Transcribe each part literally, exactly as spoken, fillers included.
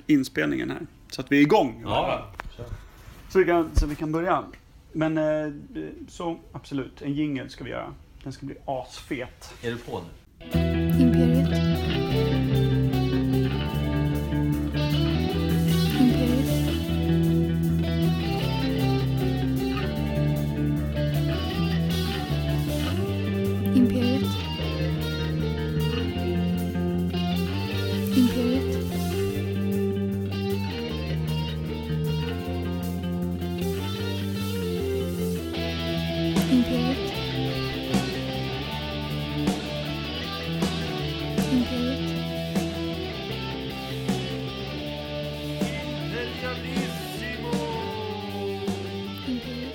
inspelningen här. Så att vi är igång. Ja, så, vi kan, så vi kan börja. Men eh, så absolut, en jingle ska vi göra. Den ska bli asfet. Är du på nu? Imperiet. Imperiet. Imperiet. Imperiet. Imperiet. Imperiet. Imperiet.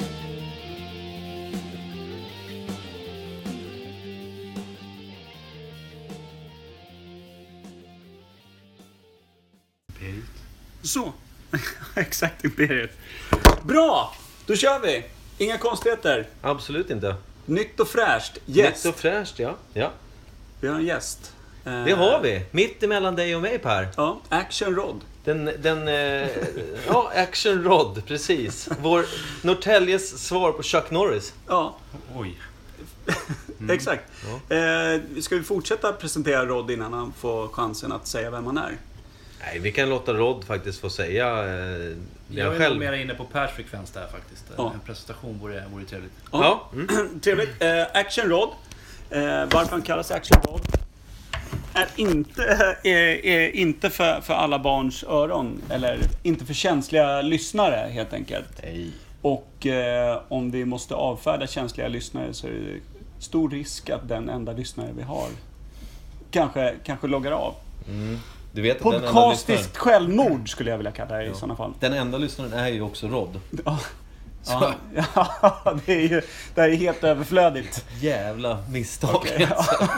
Så, exakt Imperiet. Bra, då kör vi. Inga konstigheter. Absolut inte. Nytt och fräscht. Gäst. Nytt och fräscht, ja. ja. Vi har en gäst. Eh, Det har vi. Mitt emellan dig och mig, Per. Ja, Action Rod. Den, den eh, ja, Action Rod, precis. Vår Norrtäljes svar på Chuck Norris. Ja, Oj. exakt. Eh, ska vi fortsätta presentera Rod innan han får chansen att säga vem han är? Nej, vi kan låta Rod faktiskt få säga eh, Jag är själv. nog mer inne på Pers frekvens där faktiskt. Ja. En presentation vore, vore trevligt. Ja. Mm. Trevligt. Eh, Action Rod. Eh, varför han kallas Action Rod är inte, är, är inte för, för alla barns öron. Eller inte för känsliga lyssnare helt enkelt. Nej. Och eh, om vi måste avfärda känsliga lyssnare så är det stor risk att den enda lyssnare vi har kanske, kanske loggar av. Mm. Du vet att den enda lyssnaren, Podcastiskt självmord skulle jag vilja kalla det i Ja. sådana fall. den enda lyssnaren är ju också Rod. Ja, ja, ja, det är ju det här är helt överflödigt. Jävla misstag. Okej, alltså.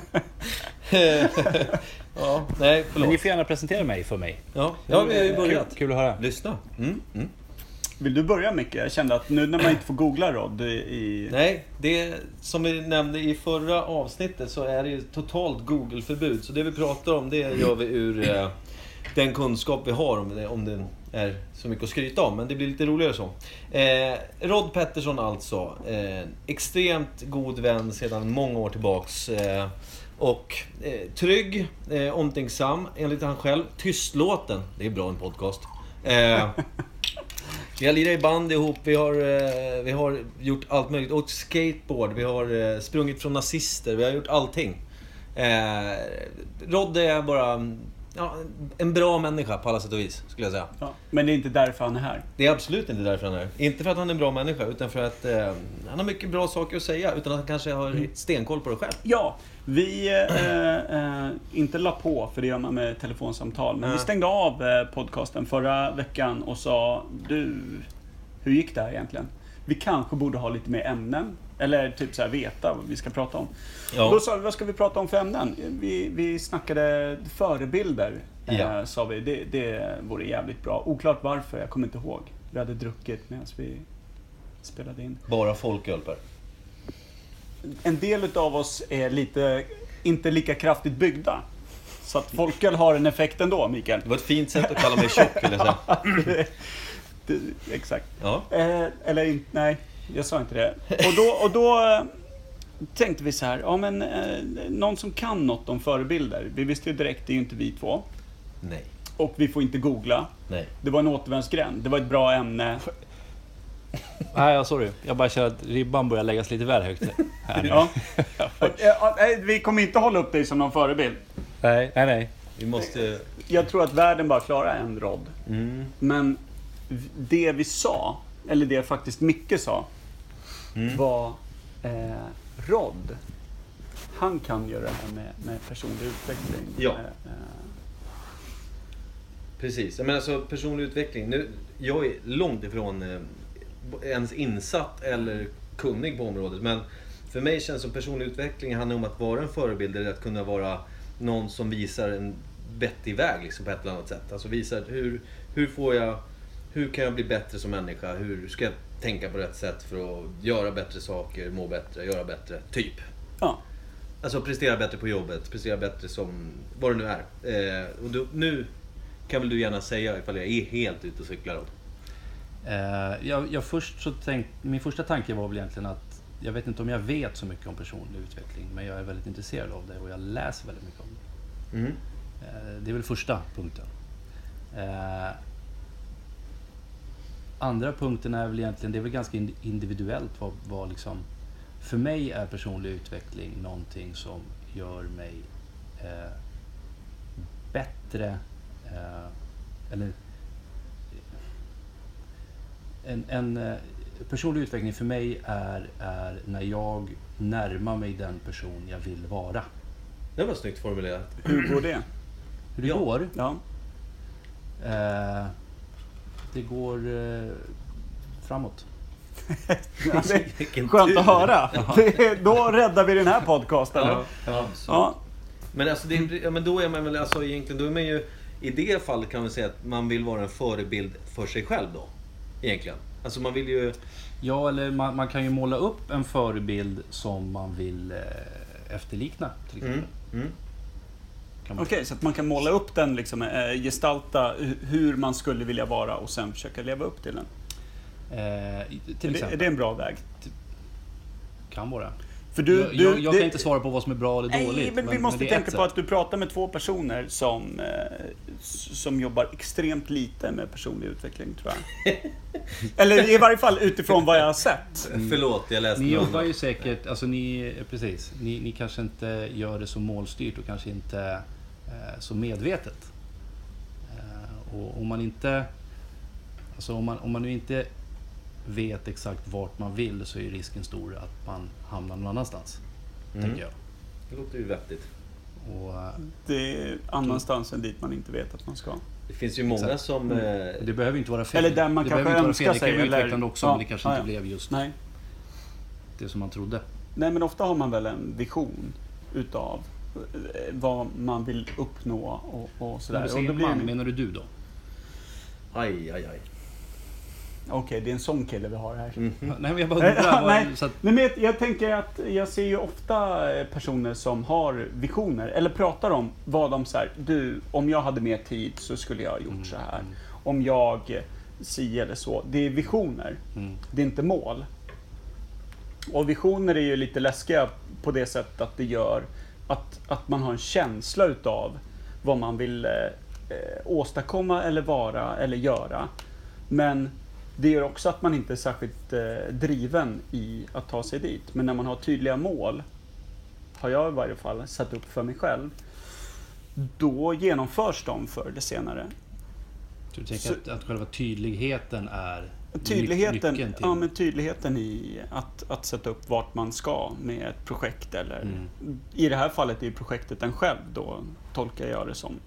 ja, nej, Men ni förlåt. får gärna presentera mig för mig. Ja, ja, vi har ju börjat. Kul, kul att höra. Lyssna. Mm, mm. Vill du börja Micke? Jag kände att nu när man inte får googla Rod i... Nej, det som vi nämnde i förra avsnittet så är det ju totalt Google-förbud. Så det vi pratar om, det gör vi ur eh, den kunskap vi har, om det, om det är så mycket att skryta om. Men det blir lite roligare så. Eh, Rod Pettersson alltså. Eh, extremt god vän sedan många år tillbaks. Eh, och eh, trygg, eh, omtänksam, enligt han själv. Tystlåten, det är bra en podcast. Eh, Vi har lirat i band ihop, vi har, eh, vi har gjort allt möjligt. Åkt skateboard, vi har eh, sprungit från nazister, vi har gjort allting. Eh, Rod är bara ja, en bra människa på alla sätt och vis, skulle jag säga. Ja, men det är inte därför han är här. Det är absolut inte därför han är. Inte för att han är en bra människa, utan för att eh, han har mycket bra saker att säga, utan att han kanske har stenkoll på det själv. Ja, vi eh, eh, inte la på, för det gör man med telefonsamtal. Men Ja. vi stängde av eh, podcasten förra veckan och sa, du, hur gick det här egentligen? Vi kanske borde ha lite mer ämnen. Eller typ så här, veta vad vi ska prata om. Ja. Då sa vi, vad ska vi prata om för ämnen? Vi, vi snackade förebilder, eh, Ja. sa vi. Det, det vore jävligt bra. Oklart varför, jag kommer inte ihåg. Vi hade druckit medan vi spelade in. Bara folköl, Per. En del av oss är lite, inte lika kraftigt byggda. Så att folköl har en effekt ändå, Mikael. Det var ett fint sätt att kalla mig tjock, vill jag säga. det, det, exakt. Ja. Eh, eller inte, nej, jag sa inte det. Och då, och då eh, tänkte vi så här, ja men eh, någon som kan något om förebilder. Vi visste ju direkt, det är ju inte vi två. Nej. Och vi får inte googla. Nej. Det var en återvändsgränd. Det var ett bra ämne. Nej, ja, sorry. Jag bara känner att ribban börjar läggas lite väl högt här nu. Ja. Eh, eh, vi kommer inte hålla upp dig som någon förebild. Nej, nej, nej. Vi måste... Jag tror att världen bara klarar en Rod. Mm. Men det vi sa, eller det faktiskt Micke sa, Mm. var eh, Rod. Han kan göra det här med, med personlig utveckling. Ja. Eh, eh, Precis, men alltså personlig utveckling. Nu, jag är långt ifrån eh, ens insatt eller kunnig på området. Men för mig känns som personlig utveckling handlar om att vara en förebild. Eller att kunna vara någon som visar en vettig väg liksom, på ett eller annat sätt. Alltså visar hur, hur får jag, hur kan jag bli bättre som människa? Hur ska jag tänka på rätt sätt för att göra bättre saker, må bättre, göra bättre, typ. ja. Alltså prestera bättre på jobbet, prestera bättre som vad det nu är. Eh, och då, nu kan väl du gärna säga ifall jag är helt ute och cyklar då. Eh, jag, jag först så tänkt, min första tanke var väl egentligen att jag vet inte om jag vet så mycket om personlig utveckling, men jag är väldigt intresserad av det och jag läser väldigt mycket om det. Mm. Eh, det är väl första punkten. Eh, andra punkten är väl egentligen, det är väl ganska individuellt vad, vad liksom, för mig är personlig utveckling någonting som gör mig eh, bättre eh, eller en, en eh, personlig utveckling för mig är, är när jag närmar mig den person jag vill vara. Det var snyggt formulerat. Hur går det? Hur det Ja. går? Ja. Eh, det går eh, framåt. Ja, det är Vilken skönt tur. att höra. Det, då räddar vi den här podcasten. Ja, Ja. ja. Ja. Men alltså, det, ja, men då är man väl alltså egentligen, då är man ju i det fallet kan man säga att man vill vara en förebild för sig själv då. Egentligen. Alltså man vill ju... Ja, eller man, man kan ju måla upp en förebild som man vill eh, efterlikna till exempel. Mm, mm. Kan man Okej, så att man kan måla upp den, liksom, eh, gestalta hu- hur man skulle vilja vara och sen försöka leva upp till den. eh, till Är det, exempel. är det en bra väg? Kan vara. För du, jag du, jag, jag det- kan inte svara på vad som är bra eller Nej, dåligt. men vi måste det är tänka ett på sätt. att du pratar med två personer som, eh, s- som jobbar extremt lite med personlig utveckling, tror jag. Eller i varje fall utifrån vad jag har sett. Förlåt, jag läste Ni någon- jobbar ju säkert, alltså ni, precis, ni, ni kanske inte gör det så målstyrt och kanske inte eh, så medvetet. Eh, och om man inte, alltså om man, om man nu inte vet exakt vart man vill så är risken stor att man hamnar någon annanstans, Mm. tänker jag. Det låter ju vettigt. Och, eh, Det är annanstans än dit man inte vet att man ska. Det finns ju många Exakt. som... Mm. Eh, det behöver inte vara fel. Eller där man det kanske behöver inte önskar vara fel. Det kan sig, ju vara eller- utvecklande också, Ja, men det kanske ja, inte ja. blev just Nej. det som man trodde. Nej, men ofta har man väl en vision utav eh, vad man vill uppnå och, och När sådär. du Och säger då blir man, det- menar du du då? aj, aj, aj. Okej, det är en sån kille vi har här. Mhm. Nej, men jag bara Nej, undrar. vad- nej. så att, Nej, men jag, jag tänker att jag ser ju ofta eh, personer som har visioner, eller pratar om vad de säger. Du, om jag hade mer tid så skulle jag ha gjort så här. Om jag eh, si eller så. Det är visioner, mm. det är inte mål. Och visioner är ju lite läskiga på det sättet att det gör att, att man har en känsla utav vad man vill eh, eh, åstadkomma eller vara eller göra. Men det gör också att man inte är särskilt eh, driven i att ta sig dit. Men när man har tydliga mål, har jag i varje fall satt upp för mig själv, då genomförs de förr eller senare. Så du tänker Så- att, att själva tydligheten är Tydligheten, nyckeln till... ja, men tydligheten i att, att sätta upp vart man ska med ett projekt. Eller, Mm. I det här fallet är projektet en själv, då tolkar jag det som.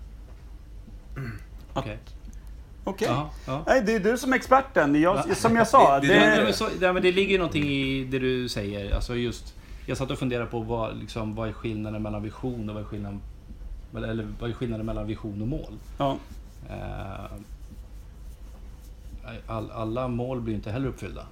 Att- Okej. Okej. Ja, ja. Nej, det är du som är experten. Va? Jag, som jag sa, Det- det, det- Nej, det, men så, ja, men det ligger ju någonting i det du säger. Alltså just, jag satt och funderade på vad, liksom, vad är skillnaden mellan vision och vad är skillnaden, eller vad är skillnaden mellan vision och mål? ja, Eh, all, alla mål blir ju inte heller uppfyllda.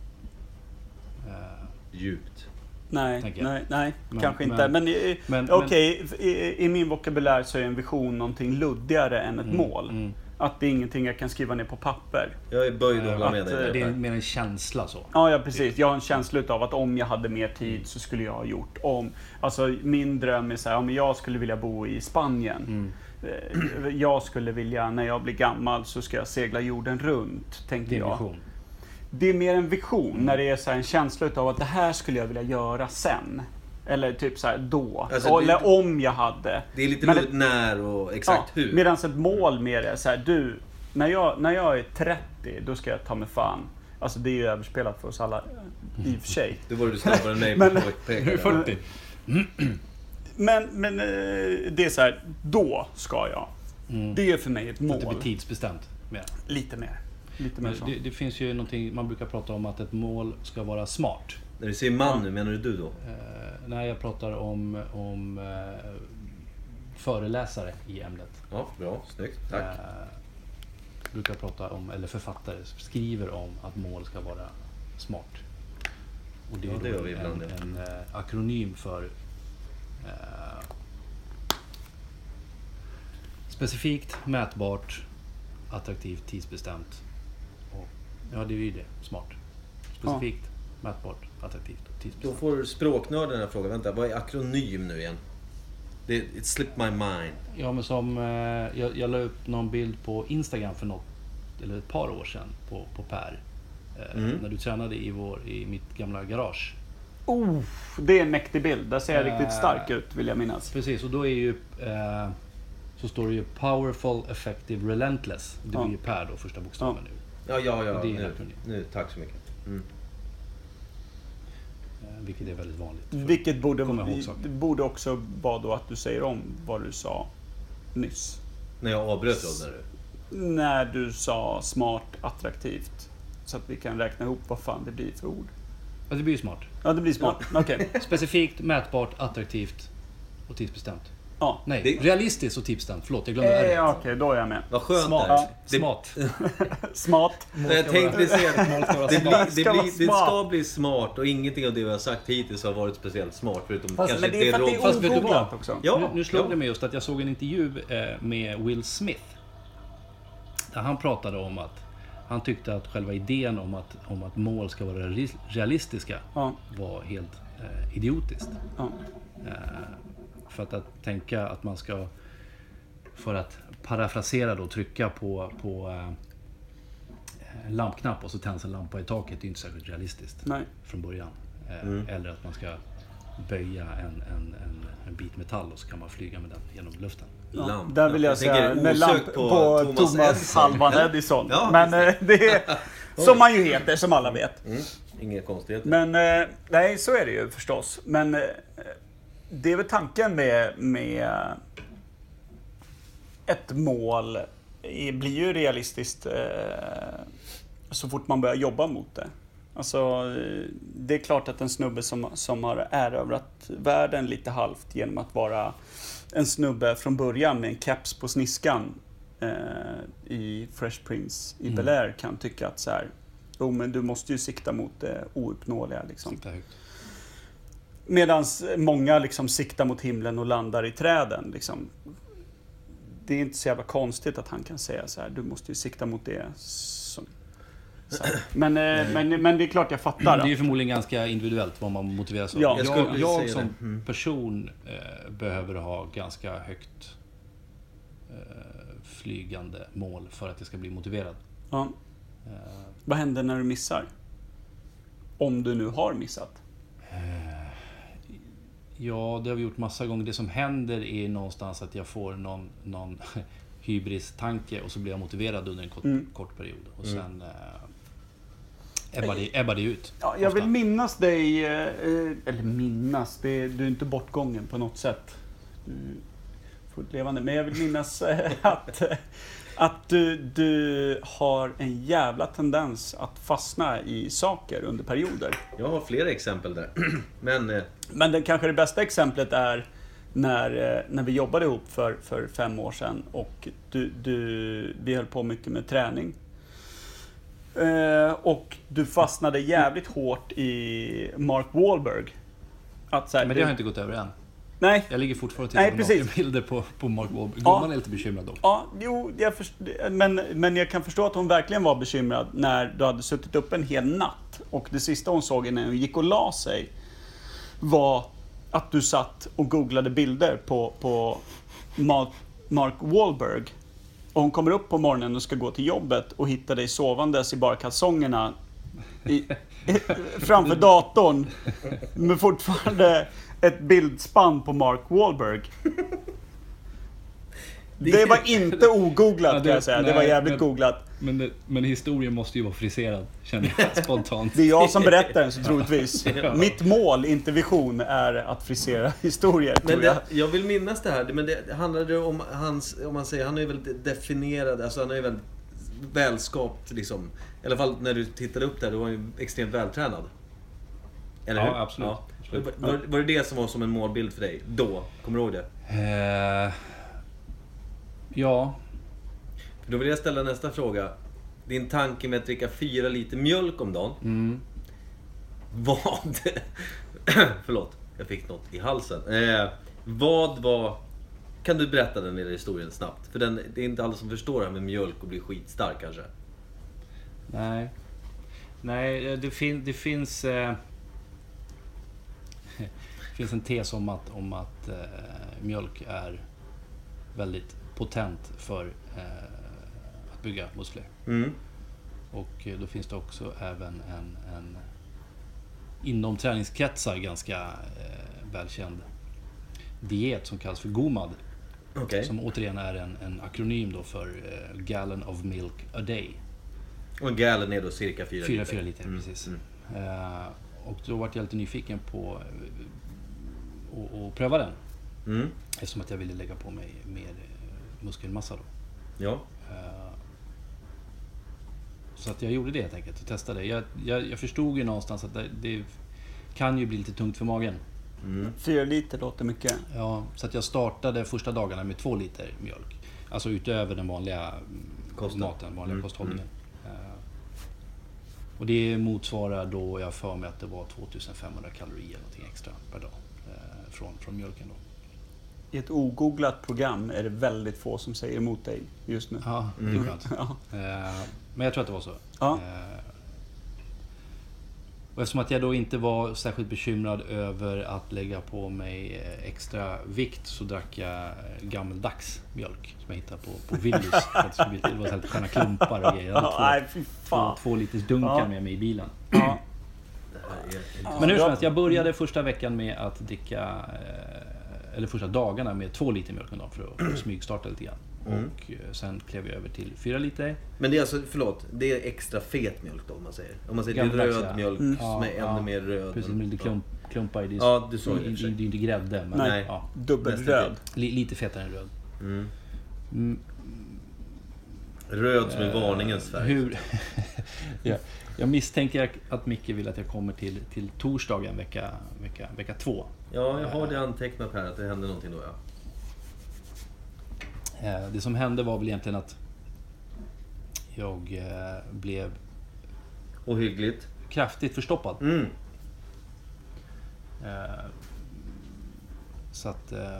Eh, Djupt. nej, tänker jag. nej, nej Men- kanske men- inte. Men, i- men- okej, i, i min vokabulär så är en vision någonting luddigare än ett Mm, mål. mm. Att det är ingenting jag kan skriva ner på papper. Jag är böjd att hålla Att, med dig. eh, där. Det är mer en känsla så. Ja, ja, precis. Jag har en känsla av att om jag hade mer tid så skulle jag ha gjort om. Alltså min dröm är så här, om jag skulle vilja bo i Spanien. Mm. Eh, Jag skulle vilja, när jag blir gammal så ska jag segla jorden runt, tänkte Det är jag. vision. Det är mer en vision, när det är så här en känsla av att det här skulle jag vilja göra sen. Eller typ så här då. Alltså, Eller det- om jag hade. Det är lite Men det- luddigt när och exakt hur. Medan ett mål mer är så här, du, när jag, när jag är trettio, då ska jag ta mig fan. Alltså det är ju överspelat för oss alla, i och för sig. Då var du snabbare än mig Men- på påpekande. fyrtio. Men, men eh, det är så här, då ska jag. Mm. Det är för mig ett Att det blir mål. tidsbestämt. Mer. Lite mer. Lite mer Men så. det, det finns ju någonting, man brukar prata om att ett mål ska vara smart. När du säger man nu, menar du du då? Eh, när jag pratar om, om eh, föreläsare i ämnet. Ja, bra. Snyggt. Tack. Eh, brukar prata om, eller författare skriver om att mål ska vara smart. Och det är Ja, det då gör vi ibland, en, ja. en eh, akronym för eh, Specifikt, mätbart, attraktivt, tidsbestämt. Och, ja, det är ju det. Smart. Specifikt, ja. Mätbart, attraktivt och tidsbestämt. Då får språknörden den här frågan. Vänta, vad är akronym nu igen? Det, it slipped my mind. Ja, men som... Eh, jag, jag la upp någon bild på Instagram för något, eller ett par år sedan på, på Per. Eh, Mm. När du tränade i, vår, i mitt gamla garage. Oh, det är en mäktig bild. Där ser jag Eh, riktigt stark ut, vill jag minnas. Precis, och då är ju... Eh, så står det ju Powerful, Effective, Relentless. Det Ja. blir ju Per då, första bokstaven Ja. nu. Ja, ja, ja. Det är Nu, akronym. nu, tack så mycket. Mm. Eh, vilket är väldigt vanligt. för- Vilket borde, Kommer ihåg saker. det borde också vara då att du säger om vad du sa nyss. När jag avbröt då, när du... När du sa smart, attraktivt. Så att vi kan räkna ihop vad fan det blir för ord. Ja, det blir ju smart. Ja, det blir smart. Okej. Specifikt, mätbart, attraktivt och tidsbestämt. Ja. Nej, Det- realistiskt och tidsbestämt. Förlåt, jag glömde Eh, R. ja, Okej, då är jag med. Vad skönt Smart. det är. Det, Smart. Smart. jag tänkte säga att Målet ska vara det, smart. blir, det, Ska vara blir, det smart. ska bli smart och ingenting av det vi har sagt hittills har varit speciellt smart. Förutom Fast, kanske men det är för att det är Fast vet du vad? ogooglat också. Ja, nu, nu slog ja. det mig just att jag såg en intervju eh, med Will Smith. Där han pratade om att han tyckte att själva idén om att, om att mål ska vara reali- realistiska Ja. var helt eh, idiotiskt. Ja. Eh, för att, att tänka att man ska, för att parafrasera då, trycka på, på eh, en lampknapp och så tänds en lampa i taket, det är inte särskilt realistiskt Nej. från början. Eh, Mm. Eller att man ska böja en, en, en, en bit metall och så kan man flyga med den genom luften. Ja, Lamp. där vill jag, säga tänker med osökt lamp på, Thomas, Edison. Halvan Edison. Ja, Men eh, det är som man ju heter, som alla vet. Mm. Inga konstigheter. Men eh, nej, så är det ju förstås. Men eh, det är väl tanken med, med ett mål i- blir ju realistiskt eh, så fort man börjar jobba mot det. Alltså, eh, det är klart att en snubbe som, som har erövrat världen lite halvt genom att vara en snubbe från början med en keps på sniskan eh, i Fresh Prince i Mm. Bel-Air kan tycka att så här, jo, men du måste ju sikta mot det ouppnåeliga liksom. Sikta högt. Medan många liksom siktar mot himlen och landar i träden. Liksom. Det är inte så jävla konstigt att han kan säga så här, du måste ju sikta mot det. Som, så här. Men, eh, men, men det är klart jag fattar. Det är ju Att, förmodligen ganska individuellt vad man motiveras av. Ja. Jag jag, skulle jag, säga som det. Mm. person eh, behöver ha ganska högt eh, flygande mål för att jag ska bli motiverad. ja. Eh, Vad händer när du missar? Om du nu har missat. ja, det har vi gjort massa gånger. Det som händer är någonstans att jag får någon, någon hybris-tanke och så blir jag motiverad under en kort, Mm. kort period. Och Mm. sen eh, ebbar, det, ebbar det ut. Ja, jag vill ofta. minnas dig, eh, eller minnas, det, du är inte bortgången på något sätt. Du är fullt levande. Men jag vill minnas eh, att, eh, att du, du har en jävla tendens att fastna i saker under perioder. Jag har flera exempel där. Men eh, Men det kanske det bästa exemplet är när, eh, när vi jobbade ihop för, för fem år sedan och du, du, vi höll på mycket med träning. Eh, och du fastnade jävligt hårt i Mark Wahlberg. Att så här, Men det har jag inte gått över än. Nej, Jag ligger fortfarande och Nej, tittar på precis. nakenbilder på, på Mark Wahlberg. Ja. Gumman är lite bekymrad dock. ja, jo, jag först- men, men jag kan förstå att hon verkligen var bekymrad när du hade suttit upp en hel natt och det sista hon såg innan hon gick och la sig var att du satt och googlade bilder på, på Mark, Mark Wahlberg. Och hon kommer upp på morgonen och ska gå till jobbet och hittar dig sovandes i bara kalsongerna i, framför datorn med fortfarande ett bildspann på Mark Wahlberg. Det var inte ogooglat Ja, det- kan jag säga, det var nej, jävligt men- googlat. Men, men historien måste ju vara friserad, känner jag spontant. Det är jag som berättar den så troligtvis. Ja. Mitt mål, inte vision, är att frisera historier Men tror jag. det, jag vill minnas det här, men det handlade om hans, om man säger, han är ju väldigt definierad, alltså han är ju väldigt välskapt liksom. I alla fall när du tittade upp där, då var han ju extremt vältränad. Eller Ja, hur? absolut. absolut. Var, var, var det det som var som en målbild för dig då? Kommer du ihåg det? Eh, ja, För då vill jag ställa nästa fråga. Din tanke med att dricka fyra liter mjölk om dagen. mm. Vad... Förlåt, jag fick något i halsen. Eh, vad var kan du berätta den lilla historien snabbt? För den, det är inte alla som förstår det här med mjölk och blir skitstark kanske. Nej. Nej, det, fin, det finns... Eh, det finns en tes om att, om att eh, mjölk är väldigt potent för eh, att bygga muskler. Mm. Och eh, då finns det också även en, en inom träningskretsar ganska eh, välkänd diet som kallas för GOMAD. Okej. Som återigen är en, en akronym då för eh, Gallon of Milk a Day. Och en gallon är då cirka fyra Fyra, liter. fyra liter, Mm. precis. Mm. Eh, och då var jag lite nyfiken på att att pröva den. Mm. Eftersom att jag ville lägga på mig mer eh, muskelmassa då. Ja. Eh, så att jag gjorde det helt enkelt och testade. Jag, jag, jag förstod ju någonstans att det, det kan ju bli lite tungt för magen. Mm. Fyra liter låter mycket. Ja, så att jag startade första dagarna med två liter mjölk. Alltså utöver den vanliga Kosten. maten, vanliga Mm, kosthållningen. Eh, och det motsvarar då, jag för mig att det var tvåtusenfemhundra kalorier eller någonting extra per dag eh, från, från mjölken då. I ett ogooglat program är det väldigt få som säger emot dig just nu. Ja, det är Mm. skönt. Ja. Eh, men jag tror att det var så. Ja. Eh, och eftersom att jag då inte var särskilt bekymrad över att lägga på mig eh, extra vikt så drack jag gammeldags mjölk som jag hittade på, på Willys. För att det skulle bli- det var helt sköna klumpar och grejer. Jag Ja, hade nej, fy två, två, fan. två liters dunkar Ja. med mig i bilen. Ja. Det här är... Men hur som Ja. helst, jag började första veckan med att dricka, eh, eller första dagarna med två liter mjölk om dagen för att, för att smygstarta lite grann. Mm. Och eh, sen klev jag över till fyra liter. Men det är alltså, förlåt, det är extra fet mjölk då om man säger. Om man säger det är Gammaldags, röd ja. mjölk Mm. som är Ja, ännu ja. mer röd. Precis, med lite klump, klumpar i. Det är, Ja, du sa det, det i och det, för sig. det är inte grädde, men Nej. ja, Dubbelröd. li, lite fetare än röd. Mm. Mm, Röd som är varningens färg. hur, ja, jag misstänker att Micke vill att jag kommer till, till torsdagen vecka, vecka, vecka två. Ja, jag har det antecknat här att det hände någonting då, ja. Eh, Det som hände var väl egentligen att jag eh, blev Och hyggligt. kraftigt förstoppad. Mm. Eh, Så att... eh,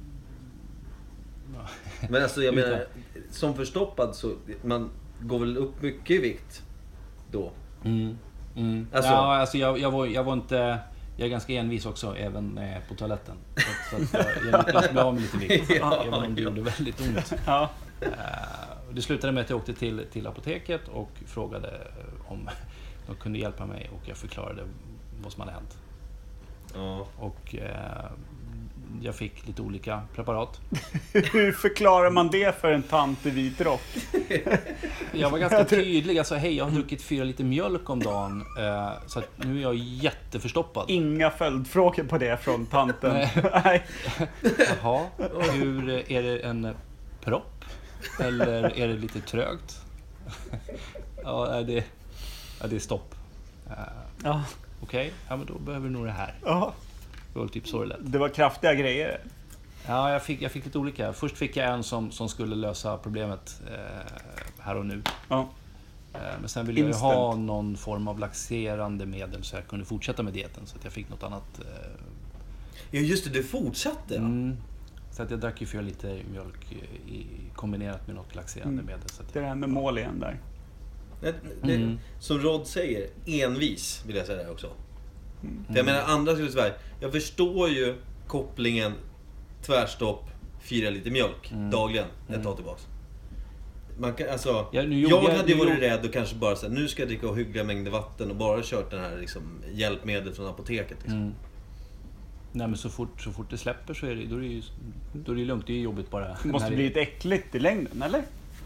ja. Men alltså jag Utan- menar, som förstoppad så man går väl upp mycket i vikt då? Mm. Mm. Alltså- Ja, alltså jag, jag, var, jag var inte... Jag är ganska envis också, även eh, på toaletten. Så, att, så att jag, jag lyckades bli av med lite vikt, Ja, även om det ja. gjorde väldigt ont. Ja. Eh, och det slutade med att jag åkte till, till apoteket och frågade om de kunde hjälpa mig och jag förklarade vad som hade hänt. Ja. Och eh, jag fick lite olika preparat. Hur förklarar man det för en tant i vit rock? Jag var ganska tydlig. Jag sa, hej, jag har druckit fyra liter mjölk om dagen. Eh, så att nu är jag jätteförstoppad. Inga följdfrågor på det från tanten. Nej. Nej. Jaha, hur, är det en propp? Eller är det lite trögt? Ja, nej, det, ja, det är stopp. Eh, Ja. Okej, ja, men då behöver du nog det här. Ja. Det var typ så det lät. Det var kraftiga grejer. Ja, jag fick, jag fick lite olika. Först fick jag en som, som skulle lösa problemet eh, här och nu. Ja. Eh, men sen ville jag ju Instant. ha någon form av laxerande medel så jag kunde fortsätta med dieten. Så att jag fick något annat. Eh, Ja just det, du fortsatte ja. mm, så att jag drack ju fyra liter mjölk i, i, kombinerat med något laxerande Mm. medel. Så att Det är det jag, här med mål igen där. Det, det, Mm. Som Rod säger, envis vill jag säga det också. Mm. För jag menar andra skulle säga, jag förstår ju kopplingen tvärstopp, fyra liter mjölk Mm. dagligen ett Mm. tag tillbaks. Man kan, alltså, Ja, nu gjorde jag jag- hade ju nu varit gjorde- rädd och kanske bara säga nu ska jag dricka hyggliga mängder vatten och bara kört den här liksom, hjälpmedel från apoteket. Liksom. mm. Nej, men så fort, så fort det släpper så är det, då är det ju då är det lugnt. Det är ju jobbigt bara. Det måste när bli lite äckligt i längden, eller?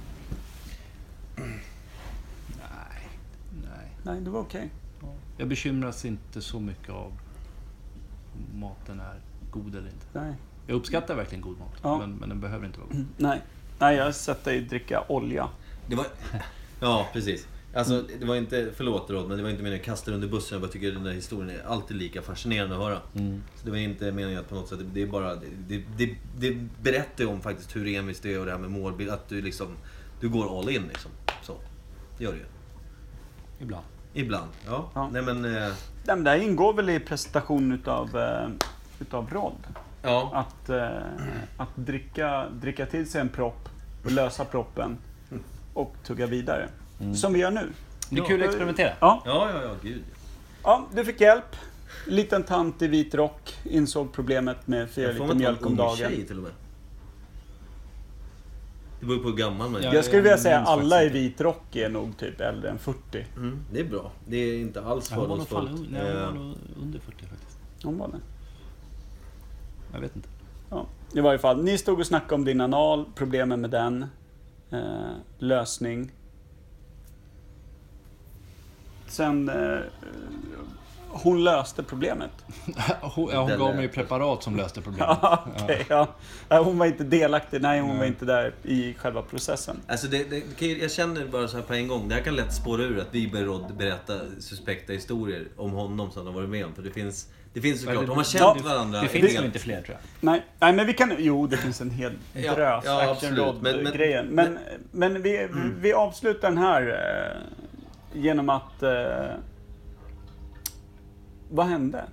Nej, nej. Nej, det var okej. Jag bekymras inte så mycket av om maten är god eller inte. Nej. Jag uppskattar verkligen god mat, Ja. men, men den behöver inte vara god. Nej. Nej, jag har sett dig dricka olja. Det var... Ja, precis. Alltså, det var inte, förlåt Rod, men det var inte meningen att kasta under bussen. Jag bara tycker den där historien är alltid lika fascinerande att höra. Mm. Så det var inte meningen att på något sätt, det är bara, det, det, det berättar ju om faktiskt hur envis det är och det här med målbild, att du liksom, du går all in liksom. Så, det gör du ju. Ibland. Ibland, ja. Ja. Nej men, eh, Nej, men det här ingår väl i presentationen utav, eh, utav Rod? Ja. Att, eh, att dricka, dricka till sig en propp och lösa proppen och tugga vidare. Mm. Som vi gör nu. Det är kul att experimentera. Ja, Ja, ja, ja, gud. ja, du fick hjälp. Liten tant i vit rock insåg problemet med fyra Jag får liter man mjölk ta om en ung dagen. tjej till och med. Det beror på hur gammal man är. Ja. Jag skulle vilja jag säga minns alla i faktiskt vit rock är nog typ äldre än fyrtio. Mm, det är bra. Det är inte alls Ja, hon var nog fan fördomsfullt. un- nej, hon var Eh, nog under fyrtio faktiskt. Hon var det. Jag vet inte. Ja, i varje fall. Ni stod och snackade om din anal, problemen med den, eh, lösning. Sen, eh, hon löste problemet. Hon, ja, hon Den gav är- mig preparat som löste problemet. Ja, okej, ja. Nej, hon var inte delaktig, nej hon Nej. var inte där i själva processen. Alltså det, det, det kan ju- jag känner bara så här på en gång. Det här kan lätt spåra ur att vi börjar berätta suspekta historier om honom som han har varit med om. För det finns, det finns såklart, det- de har Ja, känt varandra. Det ett finns helt- väl inte fler tror jag. Nej, nej men vi kan, jo det finns en hel Ja, drös ja, action absolut. Men- men- grejen. Men, men, vi, vi avslutar den här eh, genom att... Eh, vad hände?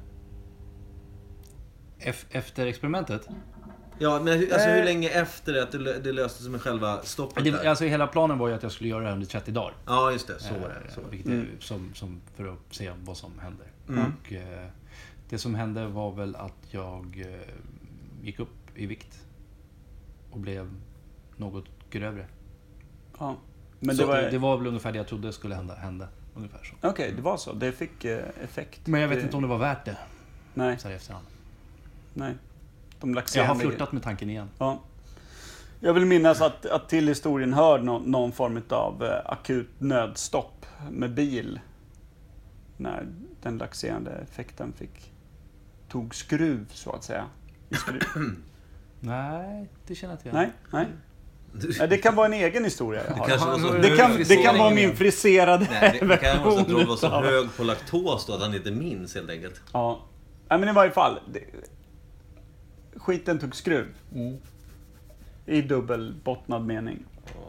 Ef- Efter experimentet. Ja, men hur- alltså Eh. hur länge efter det att det, lö- det löstes med själva stoppet Det, där? alltså hela planen var ju att jag skulle göra det här under trettio dagar. Ja, just det. Så var det. Eh, Så var det. Vilket Mm. är som, som för att se vad som händer. Mm. Och eh, det som hände var väl att jag eh, gick upp i vikt. Och blev något grövre. Ja. Men Så det var... det, det var väl ungefär det jag trodde skulle hända. hända ungefär så. Okej, det var så. Det fick eh, effekt. Men jag vet det, inte om det var värt det. Nej, Så här i efterhand. nej. De Jag har laxerande... flirtat med tanken igen. Ja. Jag vill minnas att, att till historien hör no, någon form av eh, akut nödstopp med bil. När den laxerande effekten fick... tog skruv, så att säga. I skruv. Nej, det känner jag inte igen. Nej, nej. Nej, det kan vara en egen historia jag Det har. kanske var så Det hög kan, det kan frisering. vara min friserade Nej, det, det kan vara så att Rod var version så utav- hög på laktos då att han inte minns helt enkelt. Ja. Nej, men i varje fall. Det, skiten tog skruv. Mm. I dubbelbottnad mening.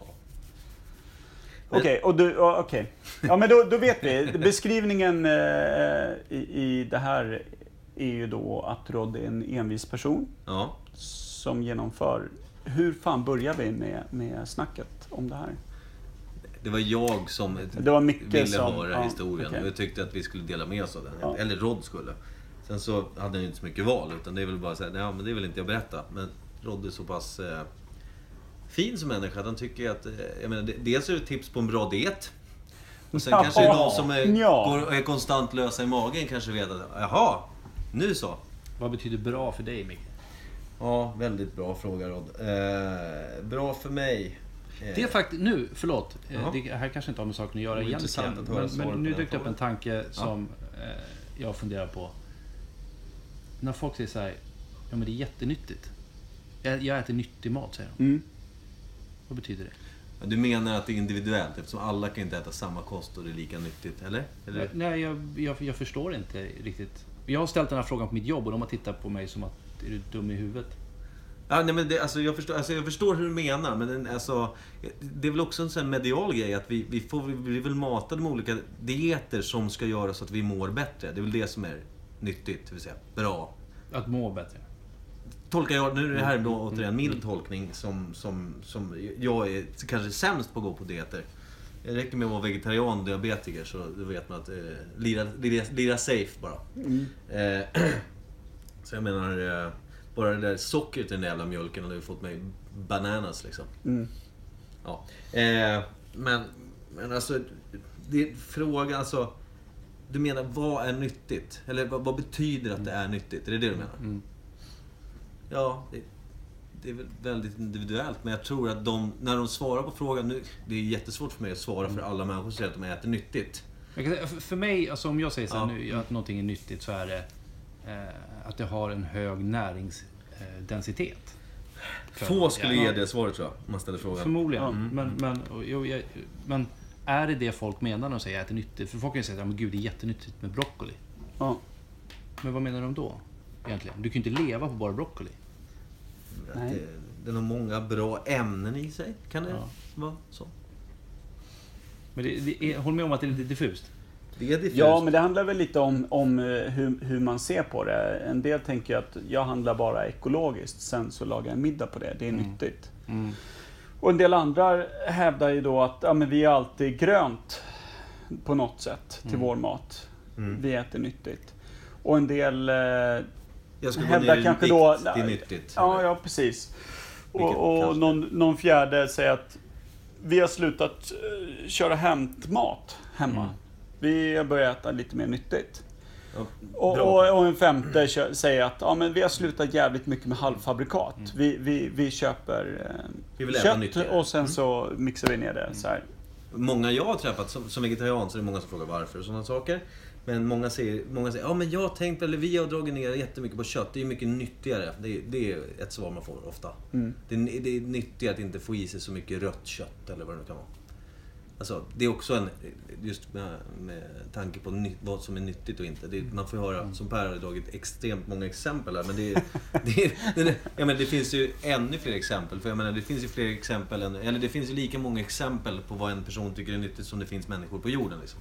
Men- Okej, och du, ja, okej. Ja, men då, då vet vi. Beskrivningen eh, i, i det här är ju då att Rod är en envis person Ja. som genomför... Hur fan börjar vi med, med snacket om det här? Det var jag som Det var Micke ville som- höra ja, historien okej. och jag tyckte att vi skulle dela med oss av den. Ja. Eller Rod skulle. Sen så hade han ju inte så mycket val utan det är väl bara säga, ja men det vill inte jag berätta. Men Rod är så pass eh, fin som människa att han tycker att, eh, jag menar, det- dels är det tips på en bra diet. Och sen Ja, kanske det är någon som är, ja. går och är konstant lösa i magen kanske vet att, jaha, nu så. Vad betyder bra för dig, Micke? Ja, väldigt bra fråga Rod. Eh, bra för mig. Eh, Det är faktiskt, nu, förlåt, eh, Jaha. det här kanske inte har med saken att göra Det vore egentligen. intressant att höra Men, svaret men på nu den dök det upp frågan. en tanke som eh, jag funderar på. När folk säger så här, ja men det är jättenyttigt. Jag, jag äter nyttig mat, säger de. Mm. Vad betyder det? Du menar att det är individuellt eftersom alla kan inte äta samma kost och det är lika nyttigt, eller? eller? Nej, jag, jag, jag förstår inte riktigt. Jag har ställt den här frågan på mitt jobb och de har tittat på mig som att, är du dum i huvudet? Ja, nej, men det, alltså, jag, förstår, alltså, jag förstår hur du menar, men den, alltså, det är väl också en sån här medial grej att vi, vi, får, vi blir väl matade med olika dieter som ska göra så att vi mår bättre. Det är väl det som är nyttigt, det vill säga bra. Att må bättre. Tolkar jag, nu är det här då återigen en mild tolkning som, som, som jag är kanske sämst på att gå på dieter. Det räcker med att vara vegetarian och diabetiker så då vet man att eh, lira, lira, lira safe bara. Mm. Eh, så jag menar, eh, bara det där sockret i den där jävla mjölken hade ju fått mig bananas liksom. Mm. Ja. Eh, men, men alltså, det är frågan alltså, du menar vad är nyttigt? Eller vad, vad betyder att det är nyttigt? Är det det du menar? Mm. Ja, det, det är väl väldigt individuellt. Men jag tror att de, när de svarar på frågan nu, det är jättesvårt för mig att svara för alla människor som säger att de äter nyttigt. Jag kan säga, för för mig, alltså om jag säger så här Ja. nu, att någonting är nyttigt så är det eh, att det har en hög näringsdensitet. Få skulle Ja. ge det svaret tror jag, om man ställer frågan. Förmodligen. Mm. Men, men, och, jo, jag, men är det det folk menar när de säger att det är nyttigt? För folk kan ju säga att men gud, det är jättenyttigt med broccoli. Ja. Men vad menar de då? Egentligen? Du kan ju inte leva på bara broccoli. Att Nej. det, den har många bra ämnen i sig. Kan det Ja. vara så? Men det, det är, håll med om att det är lite diffust. Det är diffust. Ja, men det handlar väl lite om, om hur, hur man ser på det. En del tänker att jag handlar bara ekologiskt, sen så lagar jag middag på det. Det är Mm. nyttigt. Mm. Och en del andra hävdar ju då att ja, men vi är alltid grönt på något sätt till Mm. vår mat. Mm. Vi äter nyttigt. Och en del eh, Jag ska gå hävdar ner i kanske vikt, då... det är nyttigt. Ja, ja precis. Vilket Och, och kanske- någon, någon fjärde säger att vi har slutat eh, köra hämtmat hemma. Mm. Vi har börjat äta lite mer nyttigt. Ja, Och, bra. och, och en femte kö- säger att ja, men vi har slutat jävligt mycket med halvfabrikat. Mm. Vi, vi, vi köper eh, Vi vill äta kött nyttigare. och sen Mm. så mixar vi ner det så här. Många jag har träffat som, som vegetarian så är det många som frågar varför och sådana saker. Men många säger, många säger ja men jag har tänkt, eller vi har dragit ner jättemycket på kött. Det är mycket nyttigare. Det är, det är ett svar man får ofta. Mm. Det, är, det är nyttigare att inte få i sig så mycket rött kött eller vad det nu kan vara. Alltså, det är också en, just med, med tanke på ny, vad som är nyttigt och inte. Det, man får ju höra, som Per har dragit extremt många exempel här, men det, är- det, är- det, är- jag menar, det finns ju ännu fler exempel. För jag menar, det finns ju fler exempel, än, eller det finns ju lika många exempel på vad en person tycker är nyttigt som det finns människor på jorden. Liksom.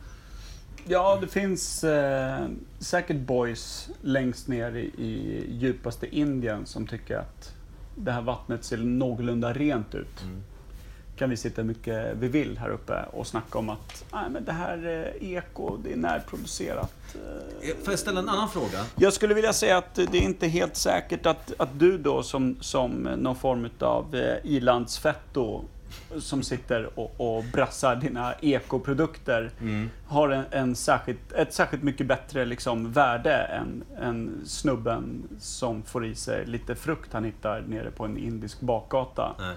Ja, det finns eh, säkert boys längst ner i, i djupaste Indien som tycker att det här vattnet ser någorlunda rent ut. Mm. Kan vi sitta hur mycket vi vill här uppe och snacka om att nej, men det här är eko, det är närproducerat. eh. Får jag ställa en annan fråga? Jag skulle vilja säga att det är inte helt säkert att, att du då som, som någon form av eh, ilandsfetto som sitter och, och brassar dina ekoprodukter Mm. har en, en särskilt, ett särskilt mycket bättre liksom, värde än, än snubben som får i sig lite frukt han hittar nere på en indisk bakgata. Nej.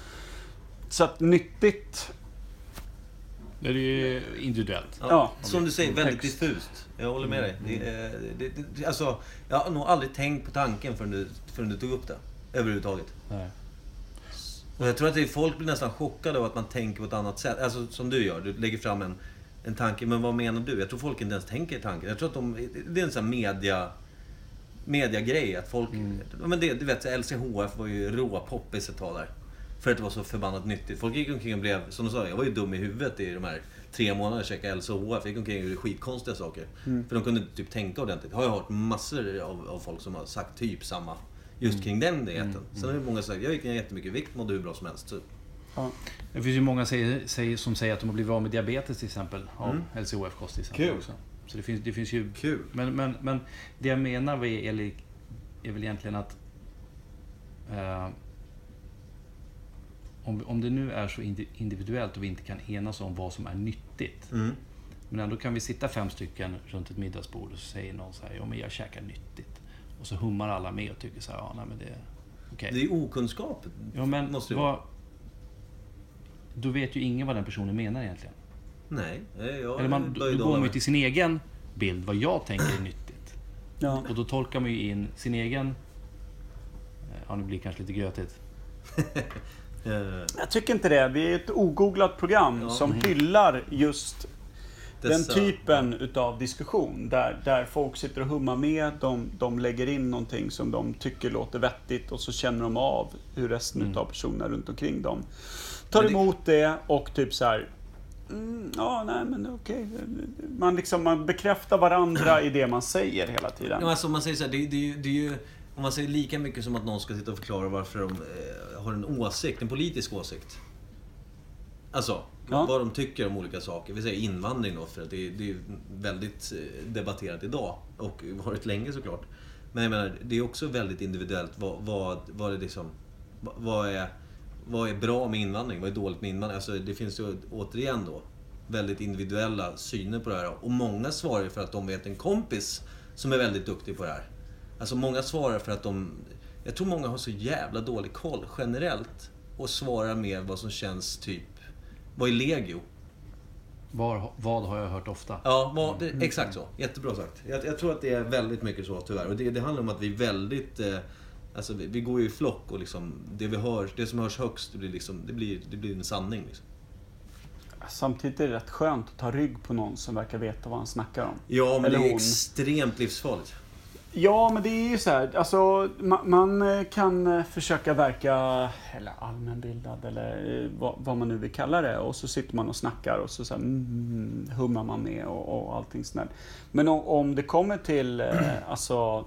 Så att nyttigt, Det är ju individuellt. Ja, Ja. som du säger, väldigt Text. diffust. Jag håller med dig. Det, är- det, det, alltså, jag har nog aldrig tänkt på tanken förrän du, förrän du tog upp det. Överhuvudtaget. Nej. Och jag tror att det är, folk blir nästan chockade av att man tänker på ett annat sätt. Alltså som du gör, du lägger fram en, en tanke. Men vad menar du? Jag tror folk inte ens tänker tanken. Jag tror att de, det är en sån här media, media-grej. Att folk, Mm. ja, men det, du vet, L C H F var ju råpoppis ett tag där. För att det var så förbannat nyttigt. Folk gick omkring och blev, som du sa, jag var ju dum i huvudet i de här tre månader och käkade L C H F. Jag gick omkring och gjorde skitkonstiga saker. Mm. För de kunde inte typ tänka ordentligt. Har jag hört massor av, av folk som har sagt typ samma. Just kring den dieten. Mm. Sen har ju många sagt, jag gick ner jättemycket i vikt, mådde hur bra som helst. Så, ja. Det finns ju många säger, säger, som säger att de har blivit av med diabetes till exempel av Mm. L C H F-kost till exempel Kul. också. Så det finns, det finns ju... kul. Men, men, men det jag menar är, är, är väl egentligen att eh, om, om det nu är så indi- individuellt och vi inte kan enas om vad som är nyttigt. Mm. Men ändå kan vi sitta fem stycken runt ett middagsbord och så säger någon så här, ja men jag käkar nyttigt. Och så hummar alla med och tycker så här, ja nej men det är okej. Det är okunskap. Ja men måste det vad... Då vet ju ingen vad den personen menar egentligen. Nej, jag Eller man, då, då går man ju till sin egen bild, vad jag tänker är nyttigt. Ja. Och då tolkar man ju in sin egen... Ja, nu blir det kanske lite grötigt. Jag tycker inte det. Vi är ett ogooglat program Ja. som hyllar just den Dessa- typen utav diskussion. Där, där folk sitter och hummar med, de, de lägger in någonting som de tycker låter vettigt och så känner de av hur resten Mm. utav personerna runt omkring dem tar Men det- emot det och typ så här. Mm, ja, nej men okej. Man, liksom, man bekräftar varandra i det man säger hela tiden. Ja, alltså, om man säger så här, det, det, är ju- det är ju... Om man säger lika mycket som att någon ska sitta och förklara varför de eh, har en åsikt, en politisk åsikt. Alltså, Ja. vad de tycker om olika saker. Vi säger invandring då, för att det, det är ju väldigt eh, debatterat idag. Och varit länge såklart. Men jag menar, det är också väldigt individuellt vad, vad, vad det liksom... Vad, vad är... Vad är bra med invandring? Vad är dåligt med invandring? Alltså, det finns ju återigen då väldigt individuella syner på det här. Och många svarar för att de vet en kompis som är väldigt duktig på det här. Alltså många svarar för att de... Jag tror många har så jävla dålig koll generellt. Och svarar mer vad som känns typ... Vad är legio? Var, vad har jag hört ofta? Ja, vad, det, exakt så. Jättebra sagt. Jag, jag tror att det är väldigt mycket så tyvärr. Och det, det handlar om att vi är väldigt... Eh, alltså vi, vi går ju i flock och liksom... Det vi hör, det som hörs högst, det blir liksom... Det blir, det blir en sanning liksom. Samtidigt är det rätt skönt att ta rygg på någon som verkar veta vad han snackar om. Ja, men Eller det är hon. extremt livsfarligt. Ja, men det är ju så här. Alltså, man, man kan försöka verka eller allmänbildad eller eh, vad, vad man nu vill kalla det. Och så sitter man och snackar och så, så här, mm, hummar man med och, och allting sånt där. Men om, om det kommer till eh, alltså,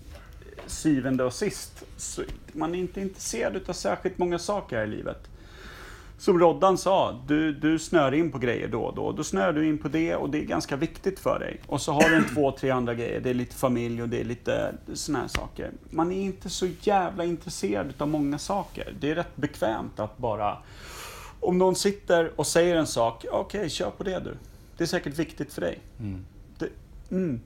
syvende och sist så man är inte intresserad av särskilt många saker här i livet. Som Roddan sa, du, du snör in på grejer då och då. Då snör du in på det och det är ganska viktigt för dig. Och så har du en två, tre andra grejer. Det är lite familj och det är lite såna här saker. Man är inte så jävla intresserad av många saker. Det är rätt bekvämt att bara... Om någon sitter och säger en sak, okej, okay, kör på det du. Det är säkert viktigt för dig. Mm. Det, mm.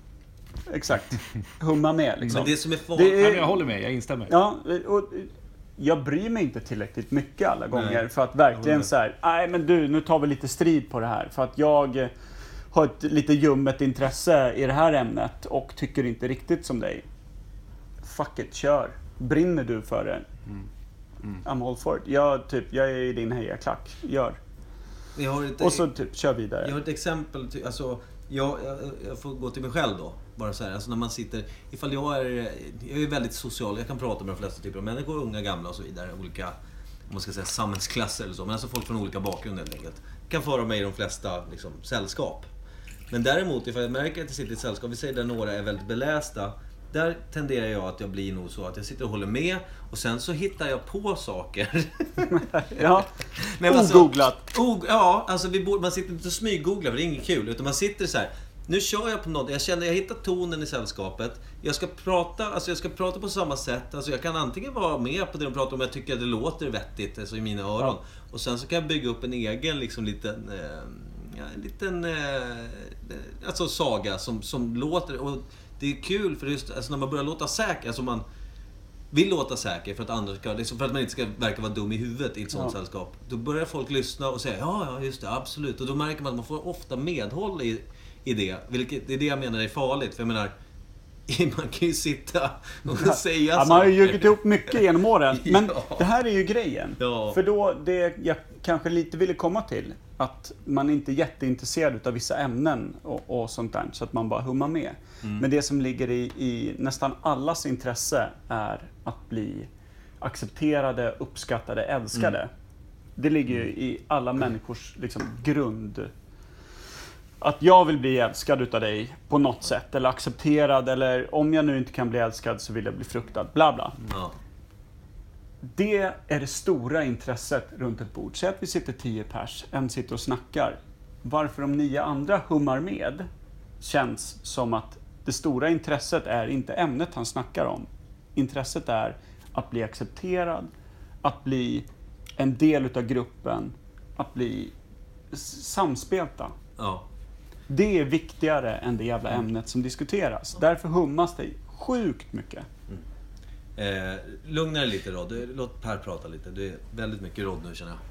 Exakt. Humma med liksom. Men det som är för... det är, jag håller med, jag instämmer. Ja, och... Jag bryr mig inte tillräckligt mycket alla gånger nej. För att verkligen så här, nej men du, nu tar vi lite strid på det här. För att jag har ett lite ljummet intresse i det här ämnet och tycker inte riktigt som dig. Fuck it, kör. Brinner du för det? Mm. Mm. I'm all for it. Jag, typ, jag är i din hejaklack. Gör. Jag har ett, och så typ, kör vidare. Jag har ett exempel, alltså, jag, jag, jag får gå till mig själv då. Bara så här, alltså när man sitter, ifall jag är, jag är väldigt social, jag kan prata med de flesta typer av människor, unga, gamla och så vidare, olika, om man ska säga samhällsklasser eller så, men alltså folk från olika bakgrunder helt enkelt. Kan föra mig i de flesta liksom, sällskap. Men däremot, ifall jag märker att jag sitter i ett sällskap, vi säger där några är väldigt belästa, där tenderar jag att jag blir nog så att jag sitter och håller med och sen så hittar jag på saker. Ja, men alltså, ogooglat. O, ja, alltså vi borde, man sitter inte och smyggooglar för det är inget kul, utan man sitter så här. Nu kör jag på något, jag känner jag hittar tonen i sällskapet. Jag ska prata, alltså jag ska prata på samma sätt. Alltså jag kan antingen vara med på det de pratar om, jag tycker att det låter vettigt alltså i mina öron. Ja. Och sen så kan jag bygga upp en egen liksom liten eh, ja, en liten eh, alltså saga som som låter, och det är kul för just alltså när man börjar låta säker, alltså man vill låta säker för att andra ska, liksom för att man inte ska verka vara dum i huvudet i ett sånt ja. sällskap. Då börjar folk lyssna och säga ja ja just det, absolut, och då märker man att man får ofta medhåll i i det, vilket det är det jag menar är farligt, för jag menar man kan ju sitta och ja. säga ja, man har ju ljugit ihop mycket genom åren, men ja. det här är ju grejen. Ja. För då, det jag kanske lite ville komma till, att man inte är jätteintresserad av vissa ämnen och, och sånt där, så att man bara hummar med. Mm. Men det som ligger i, i nästan allas intresse är att bli accepterade, uppskattade, älskade. Mm. Det ligger ju i alla människors liksom, grund. Att jag vill bli älskad utav dig på något sätt, eller accepterad, eller om jag nu inte kan bli älskad så vill jag bli fruktad, bla bla. Ja. Det är det stora intresset runt ett bord. Säg att vi sitter tio pers, en sitter och snackar. Varför de nio andra hummar med känns som att det stora intresset är inte ämnet han snackar om. Intresset är att bli accepterad, att bli en del utav gruppen, att bli samspelta. Ja. Det är viktigare än det jävla ämnet som diskuteras. Därför hummas det sjukt mycket. Mm. Eh, lugna dig lite Rod. Låt Per prata lite. Det är väldigt mycket Rod nu känner jag.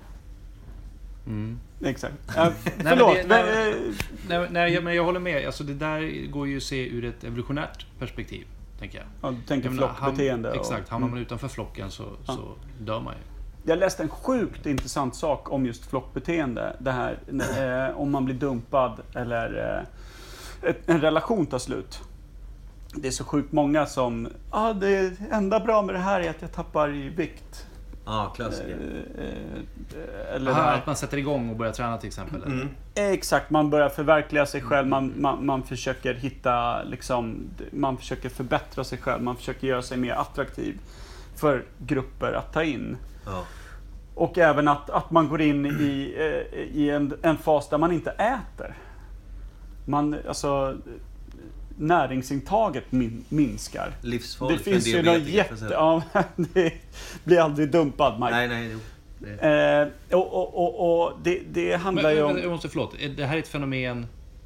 Mm. Exakt. Äh, förlåt. nej, men det, nej, nej, nej, men jag håller med. Alltså, det där går ju att se ur ett evolutionärt perspektiv, tänker jag. Ja, du tänker flockbeteende. Ham, exakt. Hamnar man mm. utanför flocken så, ja. så dör man ju. Jag läste en sjukt intressant sak om just flockbeteende. Det här eh, om man blir dumpad eller eh, ett, en relation tar slut. Det är så sjukt många som, ja ah, det enda bra med det här är att jag tappar i vikt. Ja, ah, klassiker. Eh, eh, eller Aha, att man sätter igång och börjar träna till exempel. Mm. Exakt, man börjar förverkliga sig själv, man, man, man försöker hitta, liksom, man försöker förbättra sig själv, man försöker göra sig mer attraktiv för grupper att ta in. Ja. Och även att, att man går in i, eh, i en, en fas där man inte äter. Man, alltså, näringsintaget min, minskar. Livsfarligt det finns för en ju något jätte... Ja, det blir aldrig dumpad, Mike. Nej, nej, det. Eh, och och, och, och det, det handlar men, ju om... Men, jag måste, förlåt. Det här är ett fenomen...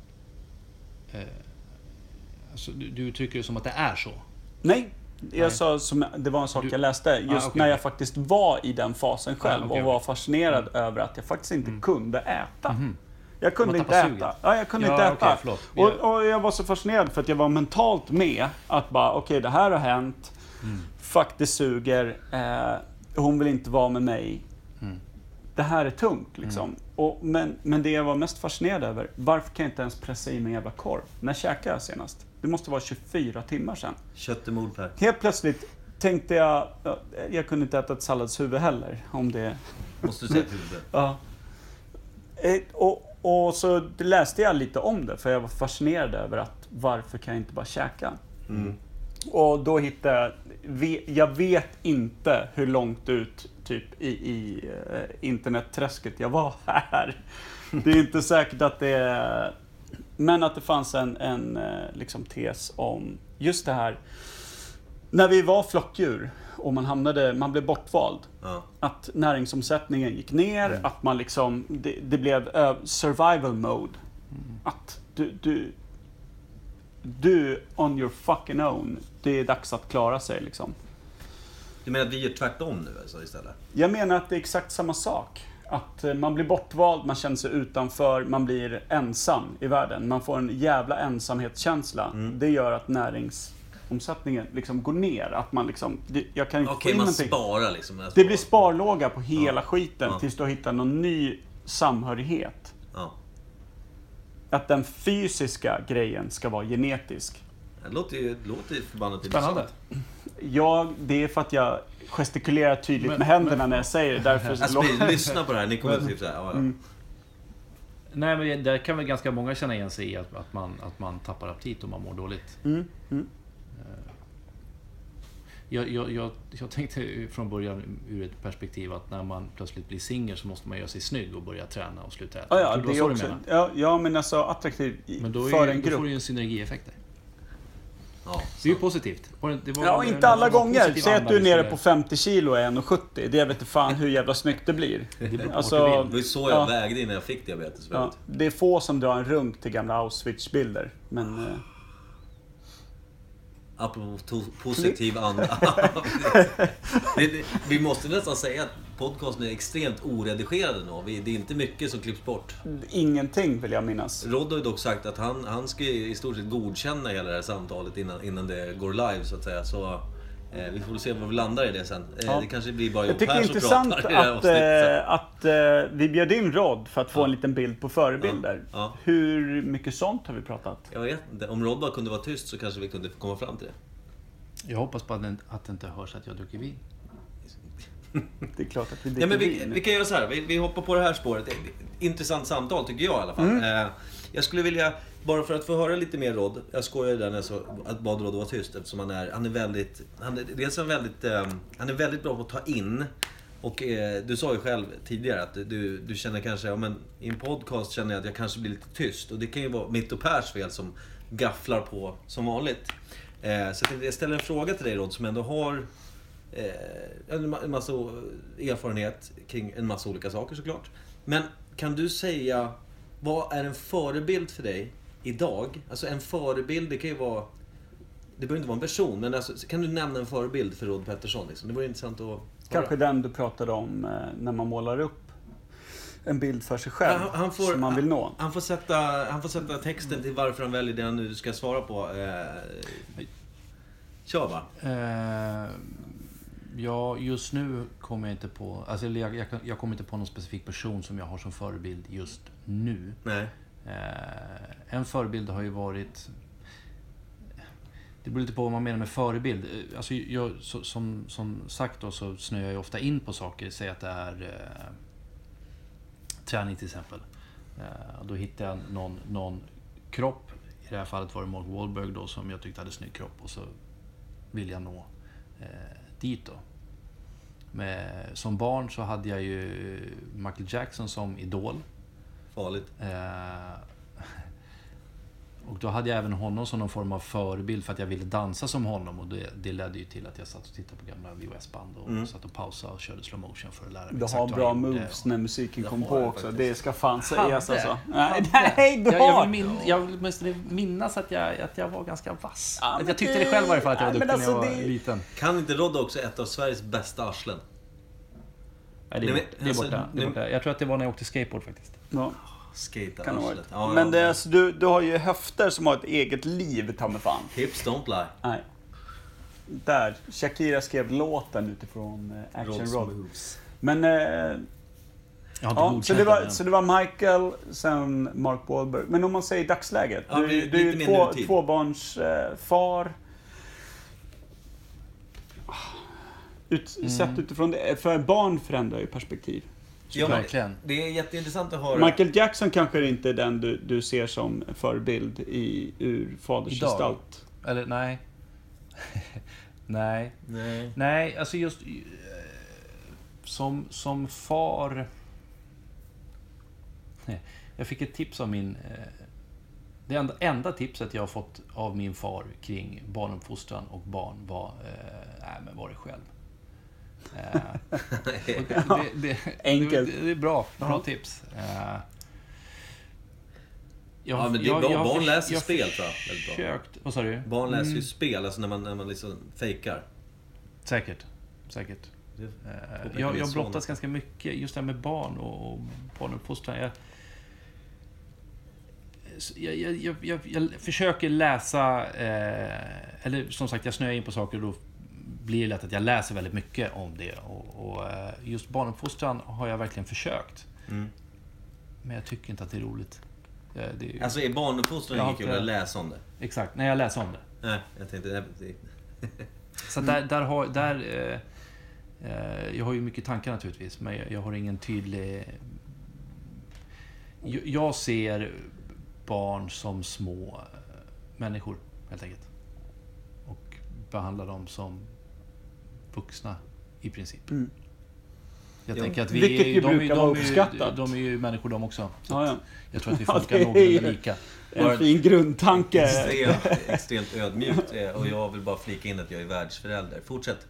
Eh, alltså, du, du uttrycker det som att det är så? Nej. Jag Nej. sa som, det var en sak du, jag läste just ah, okay. när jag faktiskt var i den fasen själv ah, okay, och var okay. fascinerad mm. över att jag faktiskt inte mm. kunde äta. Mm. Jag kunde inte äta. Suget. Ja, jag kunde ja, inte äta. Okay, och, och jag var så fascinerad för att jag var mentalt med att bara okej, okay, det här har hänt. Mm. Fuck, det suger. Eh, hon vill inte vara med mig. Mm. det här är tungt liksom. Mm. Och, men, men det jag var mest fascinerad över, varför kan jag inte ens pressa i mig en jävla korv? När käkade jag senast? Det måste vara tjugofyra timmar sedan. Köttemord Per. Helt plötsligt tänkte jag, jag kunde inte äta ett salladshuvud heller, om det... Måste du säga huvudet? Ja. Och, och så läste jag lite om det, för jag var fascinerad över att varför kan jag inte bara käka? Mm. Och då hittade jag, jag vet inte hur långt ut typ i, i internetträsket jag var här. Det är inte säkert att det är, men att det fanns en, en liksom tes om just det här. När vi var flockdjur och man hamnade, man blev bortvald. Ja. Att näringsomsättningen gick ner, mm. att man liksom, det, det blev uh, survival mode. Mm. Att du, du, du on your fucking own, det är dags att klara sig liksom. Du menar att vi gör tvärtom nu alltså, istället? Jag menar att det är exakt samma sak. Att man blir bortvald, man känner sig utanför, man blir ensam i världen. Man får en jävla ensamhetskänsla. Mm. Det gör att näringsomsättningen liksom går ner. Att man liksom, jag kan inte Okej, få in man någonting. sparar liksom. Det blir sparlåga på hela ja. skiten ja. tills du hittar någon ny samhörighet. Ja. Att den fysiska grejen ska vara genetisk. Det låter ju låter förbannat Spännande. Jag, det är för att jag gestikulerar tydligt men, med händerna men, när jag säger det. Därför alltså, lyssna på det här, ni kommer att typ såhär. Ja, ja. Mm. Nej, men där kan väl ganska många känna igen sig i att, att, man, att man tappar aptit och man mår dåligt. Mm. Mm. Jag, jag, jag, jag tänkte från början ur ett perspektiv att när man plötsligt blir singel så måste man göra sig snygg och börja träna och sluta äta. Ja, ja, det är också, ja, ja, men alltså attraktiv men då är, för en då grupp. får du ju en synergieffekt där. Ja, det är ju positivt. Det var, ja, inte alla gånger. Säg att du är nere på femtio kilo och en sjuttio. Det vet inte fan hur jävla snyggt det blir. Det alltså, var så jag ja. vägde innan jag fick diabetes. Ja, det är få som drar en runk till gamla Auschwitz-bilder. Men... Eh... Apropå to- positiv anda. det, det, vi måste nästan säga att podcasten är extremt oredigerad nu. Det är inte mycket som klipps bort. Ingenting vill jag minnas. Rod har ju dock sagt att han, han ska i stort sett godkänna hela det här samtalet innan, innan det går live så att säga. Så eh, vi får se var vi landar i det sen. Eh, ja. Det kanske blir bara jag tycker det är intressant att, äh, att äh, vi bjöd in Rod för att få ja. en liten bild på förebilder. Ja. Ja. Hur mycket sånt har vi pratat? Jag vet inte. Om Rod bara kunde vara tyst så kanske vi kunde komma fram till det. Jag hoppas på att det, att det inte hörs att jag dricker vin. Det är klart att vi dricker ja, men vi, vin. Vi kan göra så här. Vi, vi hoppar på det här spåret. Intressant samtal tycker jag i alla fall. Mm. Eh, jag skulle vilja, bara för att få höra lite mer Rod. Jag skojar där när jag sa att bad Rod vara tyst. Eftersom han är, han är väldigt, han är, dels är han väldigt, eh, han är väldigt bra på att ta in. Och eh, du sa ju själv tidigare att du, du känner kanske, ja, men i en podcast känner jag att jag kanske blir lite tyst. Och det kan ju vara mitt och Pers fel som gafflar på som vanligt. Eh, så jag ställer en fråga till dig Rod som ändå har eh, en massa erfarenhet kring en massa olika saker såklart. Men kan du säga, vad är en förebild för dig idag? Alltså en förebild, det kan ju vara, det behöver inte vara en person, men alltså, kan du nämna en förebild för Rod Pettersson? Liksom? Det vore intressant att höra. Kanske den du pratade om eh, när man målar upp en bild för sig själv ja, han får, som man vill nå. Han, han, får sätta, han får sätta texten till varför han väljer det han nu ska svara på. Eh, kör bara. Eh, ja, just nu kommer jag inte på... Alltså jag, jag, jag kommer inte på någon specifik person som jag har som förebild just nu. Nej. Eh, en förebild har ju varit... Det beror lite på vad man menar med förebild. Alltså jag, så, som, som sagt då, så snöar jag ju ofta in på saker. Säg att det är eh, träning till exempel. Eh, då hittar jag någon, någon kropp. I det här fallet var det Mark Wahlberg då, som jag tyckte hade snygg kropp. Och så vill jag nå eh, dit då. Med, som barn så hade jag ju Michael Jackson som idol. Farligt. Eh, Och då hade jag även honom som någon form av förebild för att jag ville dansa som honom. Och det, det ledde ju till att jag satt och tittade på gamla V H S-band och mm. satt och pausade och körde slow motion för att lära mig. Du har bra moves när musiken kom på också. Faktiskt. Det ska fan sägas alltså. Nej, nej, du har! Jag, jag vill, min, jag vill måste minnas att jag, att jag var ganska vass. Ja, jag tyckte det, det själv i alla fall att jag var duktig alltså när jag var det... liten. Kan inte Rod också ett av Sveriges bästa arslen? Nej, det är, nej, det är borta. Alltså, det är borta. Jag tror att det var när jag åkte skateboard faktiskt. Ja. Skate ja, men det är, alltså, du, du har ju höfter som har ett eget liv, ta mig fan. Hips don't lie. Nej. Där, Shakira skrev låten utifrån uh, Action Rod. Men... Uh, Jag har inte Ja, godkänt så, det var, den än. så det var Michael, sen Mark Wahlberg. Men om man säger dagsläget. Ja, du, lite du är ju mer två, nutid. tvåbarns eh, far. Ut, Mm. Sett utifrån det. För barn förändrar ju perspektiv. Ja, men Verkligen. det är jätteintressant att höra. Michael Jackson kanske inte är den du, du ser som förebild i, ur faders Idag? gestalt. Eller nej. nej. Nej. Nej, alltså just... eh, Som, som far... Nej, jag fick ett tips av min... eh, Det enda, enda tipset jag har fått av min far kring barnuppfostran och barn var... Eh, nej, men var det själv. Eh, och det, det, Enkelt. Det, det är bra. Bra Ja. tips. Eh, jag, Ja, men det är bra. Barn läser spel, tror jag. Väldigt bra. Försökt, vad sa du? Barn läser ju Mm, spel, alltså när man, när man liksom fejkar. Säkert. Säkert. Det- Eh, påpekar Jag, min jag son brottas också. ganska mycket just det här med barn och, och barnuppfostran. Jag, jag, jag, jag, jag, jag försöker läsa, eh, eller som sagt, jag snöar in på saker och då blir det lätt att jag läser väldigt mycket om det. Och, och eh, just barnuppfostran har jag verkligen försökt. Mm. Men jag tycker inte att det är roligt. Eh, Det är, Alltså är barnuppfostran Jag har inget kul inte- att läsa om det? Exakt, när jag läser om det. Nej, jag tänkte... nej, det- Så att där, där har... Där, eh, eh, jag har ju mycket tankar naturligtvis, men jag, jag har ingen tydlig... Jag, jag ser barn som små eh, människor, helt enkelt. Och behandlar dem som vuxna, i princip. Mm. Jag Ja. tänker att vi Vilket är, ju de, är- brukar de, vara är ju- uppskattat. De är ju människor de också. Så Ja, ja. jag tror att vi Ja, funkar det är någorlunda ju- lika. En fin grundtanke. Extremt, extremt ödmjukt. eh, Och jag vill bara flika in att jag är världsförälder. Fortsätt.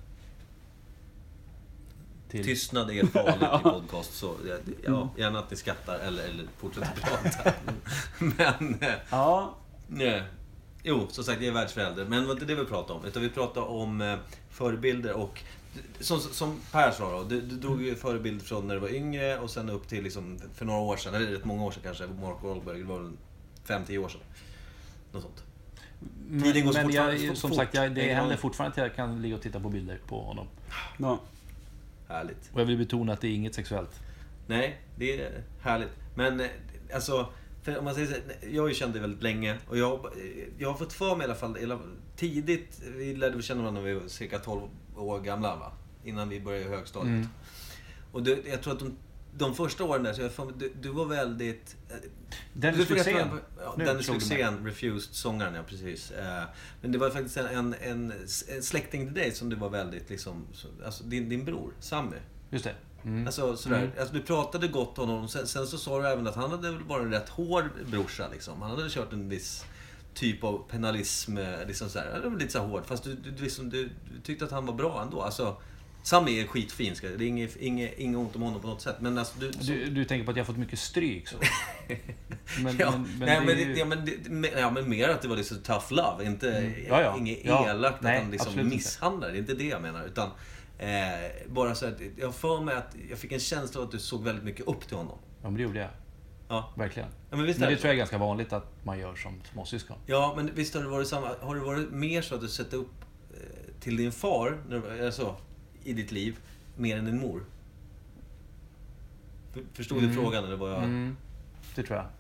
Till, Tystnad är farligt i podcast. Så ja, ja, gärna att ni skrattar eller, eller fortsätter prata. Men... eh, Ja, Nej. Jo, som sagt, jag är världsförälder. Men det var inte det vi pratade om. Utan vi pratade om eh, förebilder och... Som, som Per sa då, du, du drog ju förebild från när du var yngre och sen upp till liksom, för några år sedan, eller rätt många år sedan kanske, Mark Wahlberg, det var väl fem till tio år sedan. Något sånt. men tiden går men fortfarande jag, fort. som sagt, jag, det Ingen händer aning. fortfarande att jag kan ligga och titta på bilder på honom. ja. Härligt. Och jag vill betona att det är inget sexuellt. Nej, det är härligt. Men eh, alltså, för om man säger så, jag har ju känt dig väldigt länge och jag, jag har fått för mig i alla fall, eller tidigt, vi lärde känna varandra när vi var cirka tolv år gamla, va? Innan vi började i högstadiet. Mm. Och du, jag tror att de, de första åren där, så jag, fan, du, du var väldigt... eh, Dennis du får Lyxzén. rätta mig- Ja, Nu Dennis slog du mig. Lyxzén, Refused, sångaren, ja precis. Eh, Men det var faktiskt en, en, en, en släkting till dig som du var väldigt liksom, så- alltså din, din bror, Sammy. Just det. Mm. Alltså, sådär. Mm. Alltså, du pratade gott om honom. Sen, sen så sa du även att han hade väl varit en rätt hård brorsa. Liksom. Han hade kört en viss typ av penalism. eh, Liksom sådär. Det var lite så här hård. Fast du, du, du, liksom, du, du tyckte att han var bra ändå. Alltså, Sammy är skitfin. Ska, det är inget, inget, inget ont om honom på något sätt. Men alltså, du, så, Du, du tänker på att jag har fått mycket stryk så? Men, ja, men, men nej, det är men, ju- det, ja, men, det, men- ja, men mer att det var liksom tough love. Inte, Mm. Ja, ja. Inget Ja. elakt Nej, att han liksom absolut inte. misshandlar. Det är inte det jag menar. Utan eh, bara så att jag har för mig att jag fick en känsla av att du såg väldigt mycket upp till honom. Ja, men det gjorde jag. Ja. Verkligen. Ja, men visst Men är det det tror jag är ganska vanligt att man gör som småsyskon. Ja, men visst har det varit samma. Har det varit mer så att du sätter upp eh, till din far, när, du- alltså, i ditt liv, mer än din mor? F- Förstod Mm. du frågan eller vad jag... Mm. Mm, det tror jag.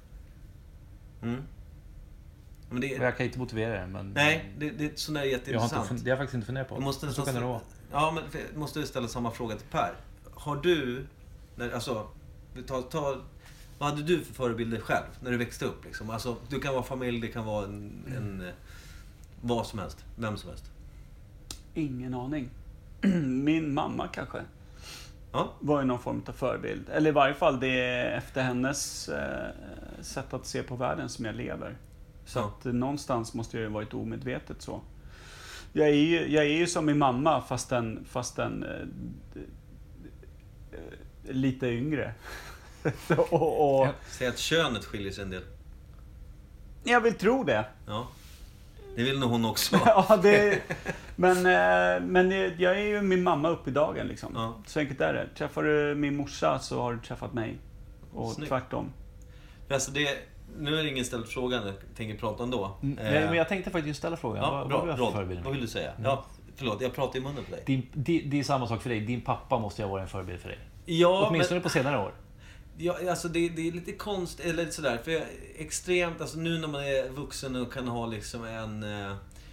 Men det, Och jag kan inte motivera det, men... nej, det, det, sån där är jag har, inte, jätteintressant. fun- det har jag faktiskt inte funderat på. Jag måste så nästan... kan det vara. Ja, men för- jag måste ställa samma fråga till Per. Har du, när, alltså, vi tar, ta, vad hade du för förebilder själv när du växte upp? Liksom? Alltså, du kan vara familj, det kan vara en, en eh, vad som helst, vem som helst. Ingen aning. Min mamma kanske Ja, var ju någon form av förebild. Eller i varje fall det är efter hennes eh, sätt att se på världen som jag lever. Så Ja. att eh, någonstans måste jag ju varit omedvetet så. Jag är ju, jag är ju som min mamma fast en, fast en eh, d- eh, lite yngre. och, och, Ja. säg att könet skiljer sig en del. Jag vill tro det. Ja. Det vill nog hon också. Ja, det, men, eh, men jag är ju min mamma upp i dagen liksom. Ja. Så enkelt är det. Träffar du min morsa så har du träffat mig. Och Snyggt. tvärtom. Alltså det, nu är det ingen ställd fråga jag tänker prata ändå. Mm, Eh, nej, men jag tänkte faktiskt ställa frågan. ja, vad, bra. vad har du haft för Rod, förebild? vad vill du säga? Mm. Ja, förlåt, jag pratar i munnen på dig. Din, det, det är samma sak för dig. Din pappa måste ju ha varit en förebild för dig. Ja, Åtminstone på senare år. Ja, alltså det, det är lite konst eller lite sådär, för jag, extremt, alltså nu när man är vuxen och kan ha liksom en, eh,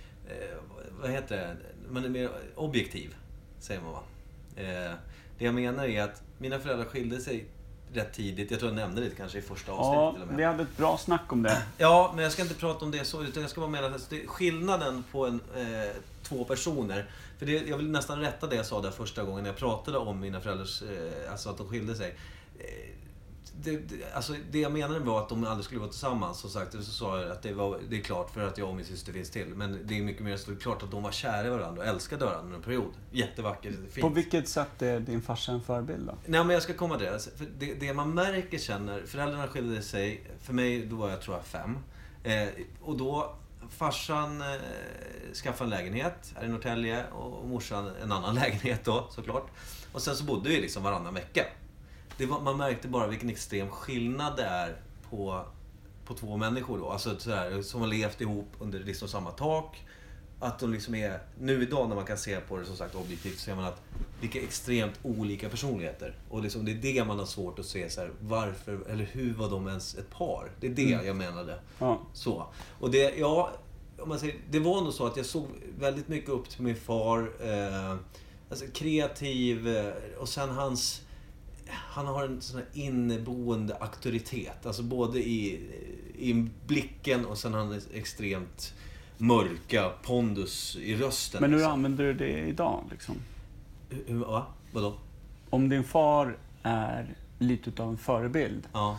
vad heter det, man är mer objektiv, säger man va. Eh, det jag menar är att mina föräldrar skilde sig rätt tidigt, jag tror jag nämnde det kanske i första avsnittet Ja, till och med. vi hade ett bra snack om det. Ja, men jag ska inte prata om det så, utan jag ska bara mena att det, skillnaden på en, eh, två personer, för det, jag vill nästan rätta det jag sa där första gången jag pratade om mina föräldrars, eh, alltså att de skilde sig. Eh, det, det, alltså det jag menade var att de aldrig skulle vara tillsammans, som sagt, så sa jag att det, var, det är klart för att jag och min syster finns till, men det är mycket mer så klart att de var kära i varandra och älskade varandra under en period. Jättevackert, fint. På vilket sätt är din farsa en förebild då? Nej, men jag ska komma till det. För det. Det man märker, känner, föräldrarna skilde sig, för mig då var jag tror jag fem. Eh, och då, farsan eh, skaffade en lägenhet här i Norrtälje och morsan en annan lägenhet då, såklart. Och sen så bodde vi liksom varannan vecka. Det var, man märkte bara vilken extrem skillnad det är på, på två människor då. Alltså sådär, som har levt ihop under liksom samma tak. Att de liksom är, nu idag när man kan se på det som sagt objektivt, så ser man att vilka extremt olika personligheter. Och liksom det är det man har svårt att se så här, varför, eller hur var de ens ett par? Det är det mm. jag menade. Ja. Så. Och det, ja, om man säger, det var nog så att jag såg väldigt mycket upp till min far. Eh, alltså kreativ, eh, och sen hans, han har en sån här inneboende auktoritet. Alltså både i, i blicken och sen han är extremt mörka pondus i rösten. Men hur liksom. använder du det idag liksom? Hur, va? Vadå? Om din far är lite utav en förebild, Ja.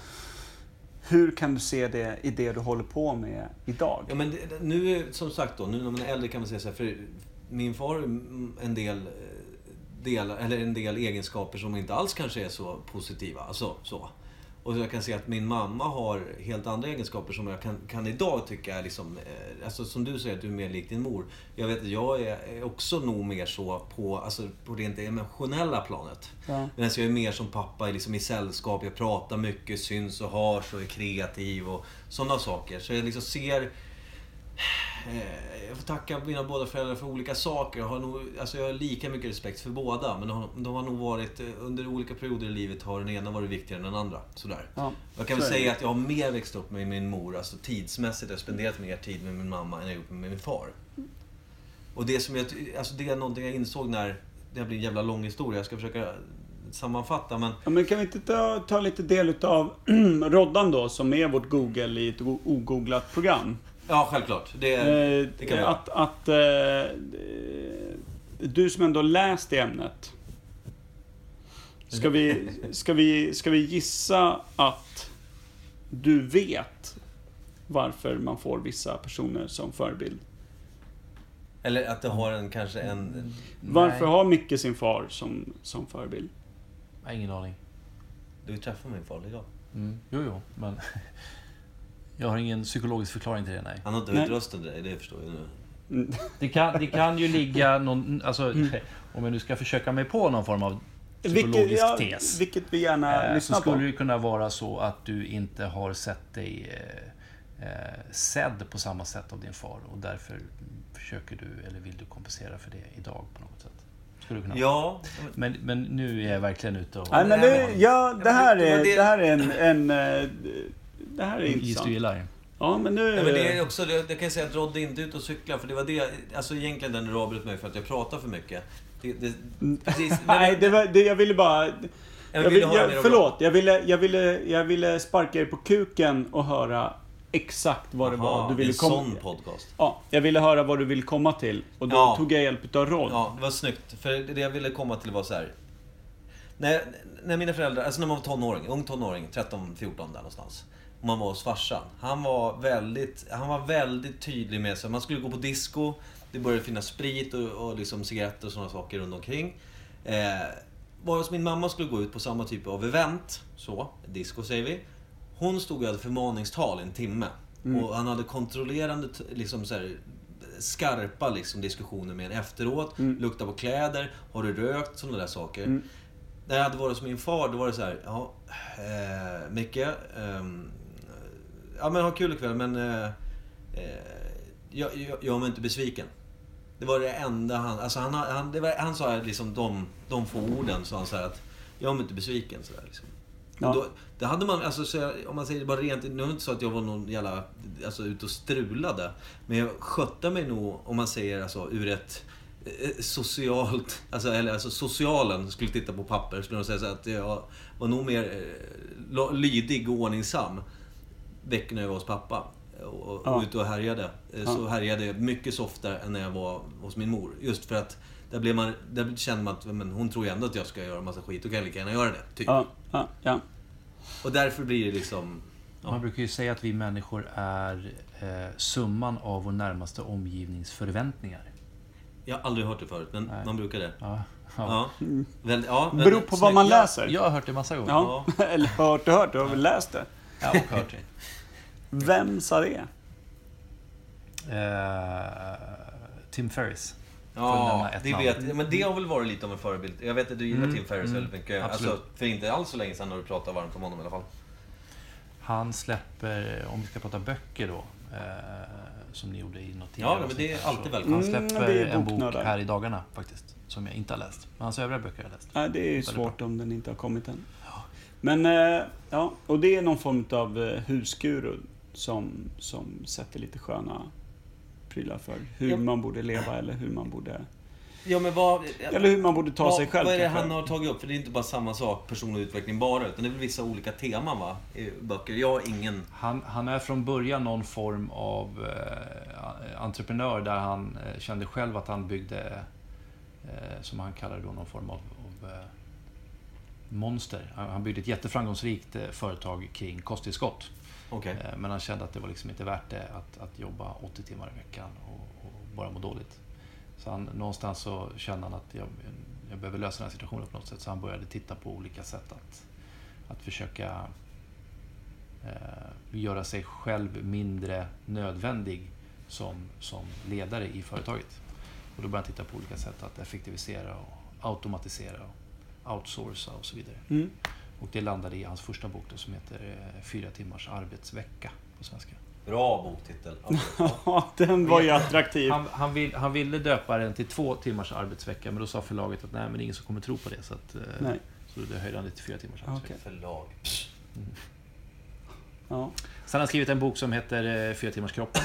hur kan du se det i det du håller på med idag? Ja, men det, nu som sagt då, nu när man är äldre kan man säga så här, för min far har en del delar, eller en del egenskaper som inte alls kanske är så positiva, alltså så. Och jag kan se att min mamma har helt andra egenskaper som jag kan, kan idag tycka är liksom, eh, alltså som du säger att du är mer lik din mor. Jag vet att jag är, är också nog mer så på, alltså på det inte emotionella planet. Ja. Medan jag är mer som pappa liksom i sällskap, jag pratar mycket, syns och hörs och är kreativ och sådana saker. Så jag liksom ser, jag får tacka mina båda föräldrar för olika saker. Jag har, nog, alltså jag har lika mycket respekt för båda, men de har, de har nog varit, under olika perioder i livet har den ena varit viktigare än den andra. Sådär. Ja, jag kan väl så är säga det. att jag har mer växt upp med min mor, alltså tidsmässigt. Jag har spenderat mer tid med min mamma än jag gjort med min far. Och det som jag, alltså det är någonting jag insåg när det blir en jävla lång historia. Jag ska försöka sammanfatta, men... Ja, men kan vi inte ta, ta lite del utav Roddan då, som är vårt Google i ett ogooglat program? Ja, självklart. Det, Eh, det kan vi att att eh, du som ändå läst i ämnet, ska vi, ska, vi, ska vi gissa att du vet varför man får vissa personer som förebild? Eller att det har en kanske en... Varför har Micke sin far som, som förebild? Jag har ingen aning. Du träffade min far idag. Mm. Jo, jo, men jag har ingen psykologisk förklaring till det, nej. Han har inte Nej. hört rösten till dig, det förstår jag nu. Mm. Det kan, det kan ju ligga någon, alltså, om jag nu ska försöka mig på någon form av psykologisk Vilket, ja, tes. vilket vi gärna Eh, så lyssnar skulle på. det kunna vara så att du inte har sett dig eh, eh, sedd på samma sätt av din far, och därför försöker du, eller vill du kompensera för det idag på något sätt. Skulle det kunna vara. Ja, Men, men nu är jag verkligen ute och... Nej, men det, ja, det här Ja, men är, det- det här är en, en eh, det här är Is du intressant. gillar. Ja, men nu... nej, men det är också, det, jag kan säga att Rodde inte är ute och cyklar, för det var det, alltså egentligen den du avbröt mig för att jag pratar för mycket. Det, det, precis, men- Nej, det var, det, jag ville bara... Jag Jag ville vill, höra jag, mer om- förlåt, jag ville, jag, ville, jag ville sparka er på kuken och höra exakt vad det Aha, var du ville en komma... sån podcast. Ja, jag ville höra vad du vill komma till. Och då Ja. tog jag hjälp av Rod. Ja, det var snyggt. För det jag ville komma till var så här. När, när mina föräldrar, alltså när man var tonåring, ung tonåring, tretton fjorton där någonstans. Och man var hos farsan. Han var väldigt, han var väldigt tydlig med sig. Man skulle gå på disco, det började finnas sprit och, och liksom cigaretter och sådana saker runt omkring. Eh, Bara hos min mamma skulle gå ut på samma typ av event, så, disco säger vi. Hon stod och hade förmaningstal en timme. Mm. Och han hade kontrollerande, t- liksom så här, skarpa liksom, diskussioner med en efteråt. Mm. Lukta på kläder, har du rökt, sådana där saker. Mm. När jag hade varit hos min far, då var det så här, ja, eh, Micke, ehm, ja men ha kul ikväll, men eh, eh, jag, jag, jag är inte besviken. Det var det enda han, alltså han, han, det var, han sa liksom de, de få orden, så han sa att jag är inte besviken så där, liksom. Ja. Och då, det hade man, alltså, så jag, om man säger det bara rent, nu är det inte så att jag var någon jävla, alltså ute och strulade. Men jag skötte mig nog, om man säger alltså ur ett eh, socialt, alltså, eller alltså socialen skulle titta på papper, skulle jag säga så att jag var nog mer eh, lydig och ordningsam veckorna jag var hos pappa. Och, och Ja. ute och härjade. Ja. Så härjade jag mycket softare än när jag var hos min mor. Just för att där, blev man, där kände man att men, hon tror ju ändå att jag ska göra en massa skit. Då kan jag lika gärna göra det. Typ. Ja, ja, ja. Och därför blir det liksom... Ja. Man brukar ju säga att vi människor är eh, summan av vår närmaste omgivnings förväntningar. Jag har aldrig hört det förut, men Nej. man brukar det. Ja, ja. Ja. Väl, ja, men- Beror på vad man Ja, läser. Jag har hört det massa gånger. Ja. Eller hört och hört, du har väl läst det? Jag har hört det. Vem sa det? Eh, Tim Ferriss. För att Ja, nämna ett det namn. vet, men det har väl varit lite av en förebild. Jag vet att du gillar Mm, Tim Ferriss mm, väldigt mycket. absolut. Alltså, för inte alls så länge sedan när du pratade varmt om honom i alla fall. Han släpper, om vi ska prata böcker då, eh, som ni gjorde i något Ja, tidigare men avsnitt det är här, alltid så- välkommet. Han Mm, släpper vi är en bok boknördar. här i dagarna faktiskt, som jag inte har läst. Men hans övriga böcker har jag läst. Nej, det är ju Väldigt svårt bra. om den inte har kommit än. Men, eh, ja, och det är någon form av eh, husguru som, som sätter lite sköna prylar för hur Ja. man borde leva eller hur man borde... Ja, men vad... Eller hur man borde ta vad, sig själv. Vad är det kanske. han har tagit upp? För det är inte bara samma sak, personlig utveckling bara, utan det är väl vissa olika teman, va? I böcker. Jag har ingen... Han, han är från början någon form av eh, entreprenör där han eh, kände själv att han byggde, eh, som han kallar då, någon form av, av eh, monster. Han, han byggde ett jätteframgångsrikt eh, företag kring kosttillskott. Okej. Eh, men han kände att det var liksom inte värt det att, att jobba åttio timmar i veckan och, och bara må dåligt. Så han, någonstans så kände han att jag, jag behöver lösa den här situationen på något sätt. Så han började titta på olika sätt att, att försöka eh, göra sig själv mindre nödvändig som, som ledare i företaget. Och då började han titta på olika sätt att effektivisera och automatisera och outsourca och så vidare. Mm. Och det landade i hans första bok då, som heter eh, Fyra timmars arbetsvecka på svenska. Bra boktitel. Ja. Ja, den var ju attraktiv. Han, han, vill, han ville döpa den till två timmars arbetsvecka, men då sa förlaget att nej, men det är ingen som kommer tro på det. Så, att, eh, Nej. så det höjde han det till fyra timmars arbetsvecka. Okej. Förlag. Ja. Sen har han skrivit en bok som heter eh, Fyra timmars kroppen.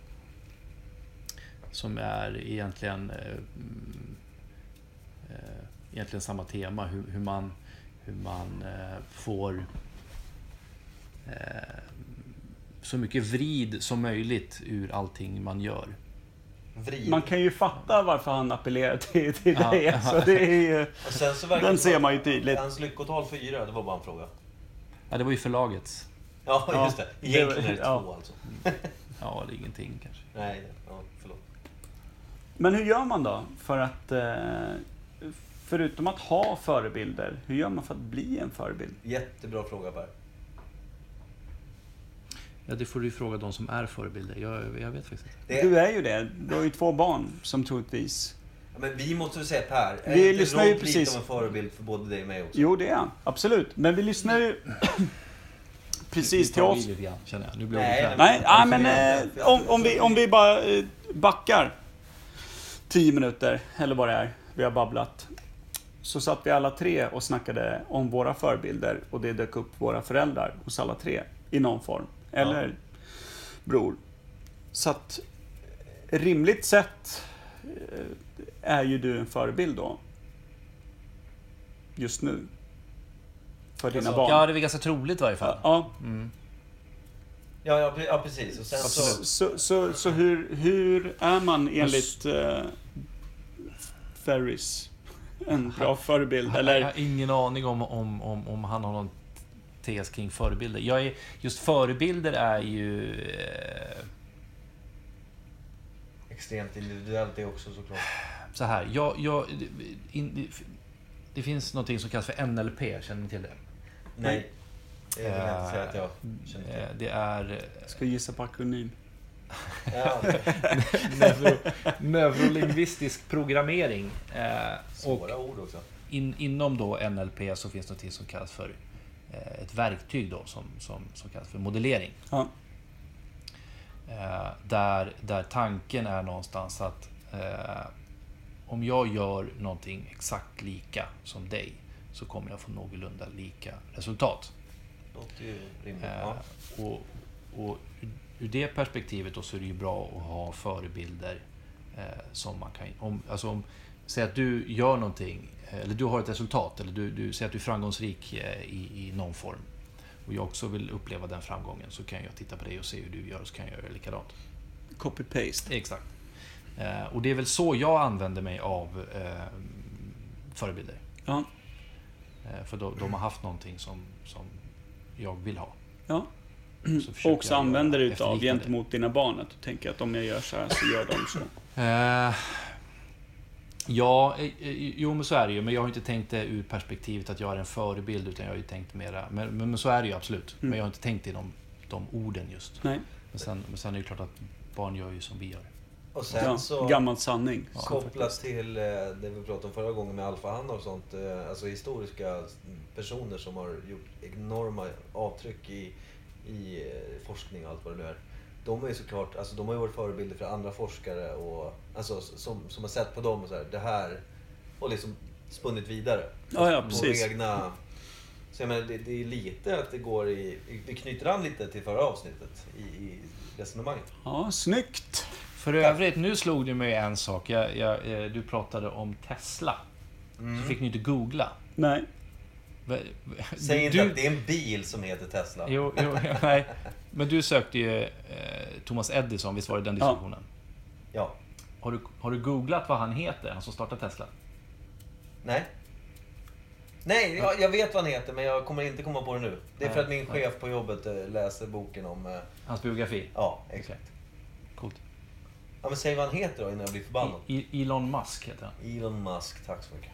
Som är egentligen eh, mm, eh, egentligen samma tema. Hur, hur man, hur man eh, får eh, så mycket vrid som möjligt ur allting man gör. Vrid. Man kan ju fatta varför han appellerar till, till Ja, dig. ja. Så det är ju, Och sen så verkar den det ser som- man ju tydligt. Hans lyckotal fyra, det var bara en fråga. Ja, det var ju förlagets. Ja, Ja, just det. Egentligen är det det var- två ja. alltså. Ja, det är ingenting kanske. Nej, ja, förlåt. Men hur gör man då för att, eh, förutom att ha förebilder, hur gör man för att bli en förebild? Jättebra fråga, Per. Ja, det får du ju fråga de som är förebilder. Jag, jag vet faktiskt inte. Det, Du är ju det. Du har ju två barn som troligtvis... ja, men vi måste väl säga Per. Är Vi inte lyssnar ju Rob precis- lite av en förebild för både dig och mig också? Jo, det är han. Absolut. Men vi lyssnar ju precis Nu till tar vi oss. lite grann, känner jag. Nu blir jag Nej, obekväm. Nej, ja, men eh, om, om, vi, om vi bara eh, backar tio minuter, eller vad det är, vi har babblat. Så satt vi alla tre och snackade om våra förebilder och det dök upp våra föräldrar hos alla tre i någon form. Eller bror. Så att rimligt sett eh, är ju du en förebild då. Just nu. För dina Alltså, barn. Ja, det är ganska troligt i varje fall. Ja, Mm. Ja, ja, pre- ja precis. Och sen så... så, så, så, så hur, hur är man enligt eh, Ferris en bra förebild? Jag Eller, har ingen aning om, om, om, om han har någon tes kring förebilder. Jag är, just förebilder är ju... Eh, Extremt individuellt det också såklart. så här, jag, jag, in, det finns något som kallas för N L P, känner ni till det? Nej. Det vill jag inte säga att jag känner Eh, till. Det är ska gissa på akronym. Ja, neuro, neurolingvistisk programmering. Eh, och svåra ord också. in, inom då N L P så finns det något som kallas för eh, ett verktyg då, som, som, som kallas för modellering. Ja. Eh, där, där tanken är någonstans att eh, om jag gör någonting exakt lika som dig så kommer jag få någorlunda lika resultat. låter ju rimligt. Eh, Ja. och, och ur det perspektivet då så är det ju bra att ha förebilder eh, som man kan... Om, alltså om, säg att du gör någonting, eller du har ett resultat, eller du, du säger att du är framgångsrik eh, i, i någon form. Och jag också vill uppleva den framgången, så kan jag titta på dig och se hur du gör, och så kan jag göra likadant. Copy-paste. Exakt. Eh, och det är väl så jag använder mig av eh, förebilder. Ja. Eh, för de, de har haft någonting som, som jag vill ha. Ja. Så försöker Och också jag använder göra du utav efterliknande. gentemot dina barn. Att du tänker att om jag gör så här så gör de så. Eh, ja, eh, eh, jo men så är det ju. Men jag har inte tänkt det ur perspektivet att jag är en förebild, utan jag har ju tänkt mera... Men, men, men så är det ju absolut. Mm. Men jag har inte tänkt i de, de orden just. Nej. Men sen, men sen är det ju klart att barn gör ju som vi gör. Och sen Ja, så gammal sanning. Ja, kopplat till eh, det vi pratade om förra gången med alfahannar och sånt. Eh, alltså historiska personer som har gjort enorma avtryck i, i eh, forskning och allt vad det nu är. De är ju såklart, alltså de har ju varit förebilder för andra forskare och alltså som, som har sett på dem och så här, det här och liksom spunnit vidare. Ja, ja, På precis. egna... Så jag menar, det, det är lite att det går i... Vi knyter an lite till förra avsnittet i, i resonemanget. Ja, snyggt. För övrigt, nu slog det mig en sak. Jag, jag, eh, du pratade om Tesla. Mm. Så fick ni inte googla. Nej. Va- Säg du- inte du- att det är en bil som heter Tesla. Jo, jo, nej. Men du sökte ju eh, Thomas Edison, visst var det den diskussionen? Ja. Har, du, har du googlat vad han heter, han som startade Tesla? Nej. Nej, jag, jag vet vad han heter men jag kommer inte komma på det nu. Det är för Nej, att min nej. chef på jobbet eh, läser boken om... eh, Hans biografi? Ja, exakt. Coolt. Ja, men säg vad han heter då innan jag blir förbannad. I, I, Elon Musk heter han. Elon Musk, tack så mycket.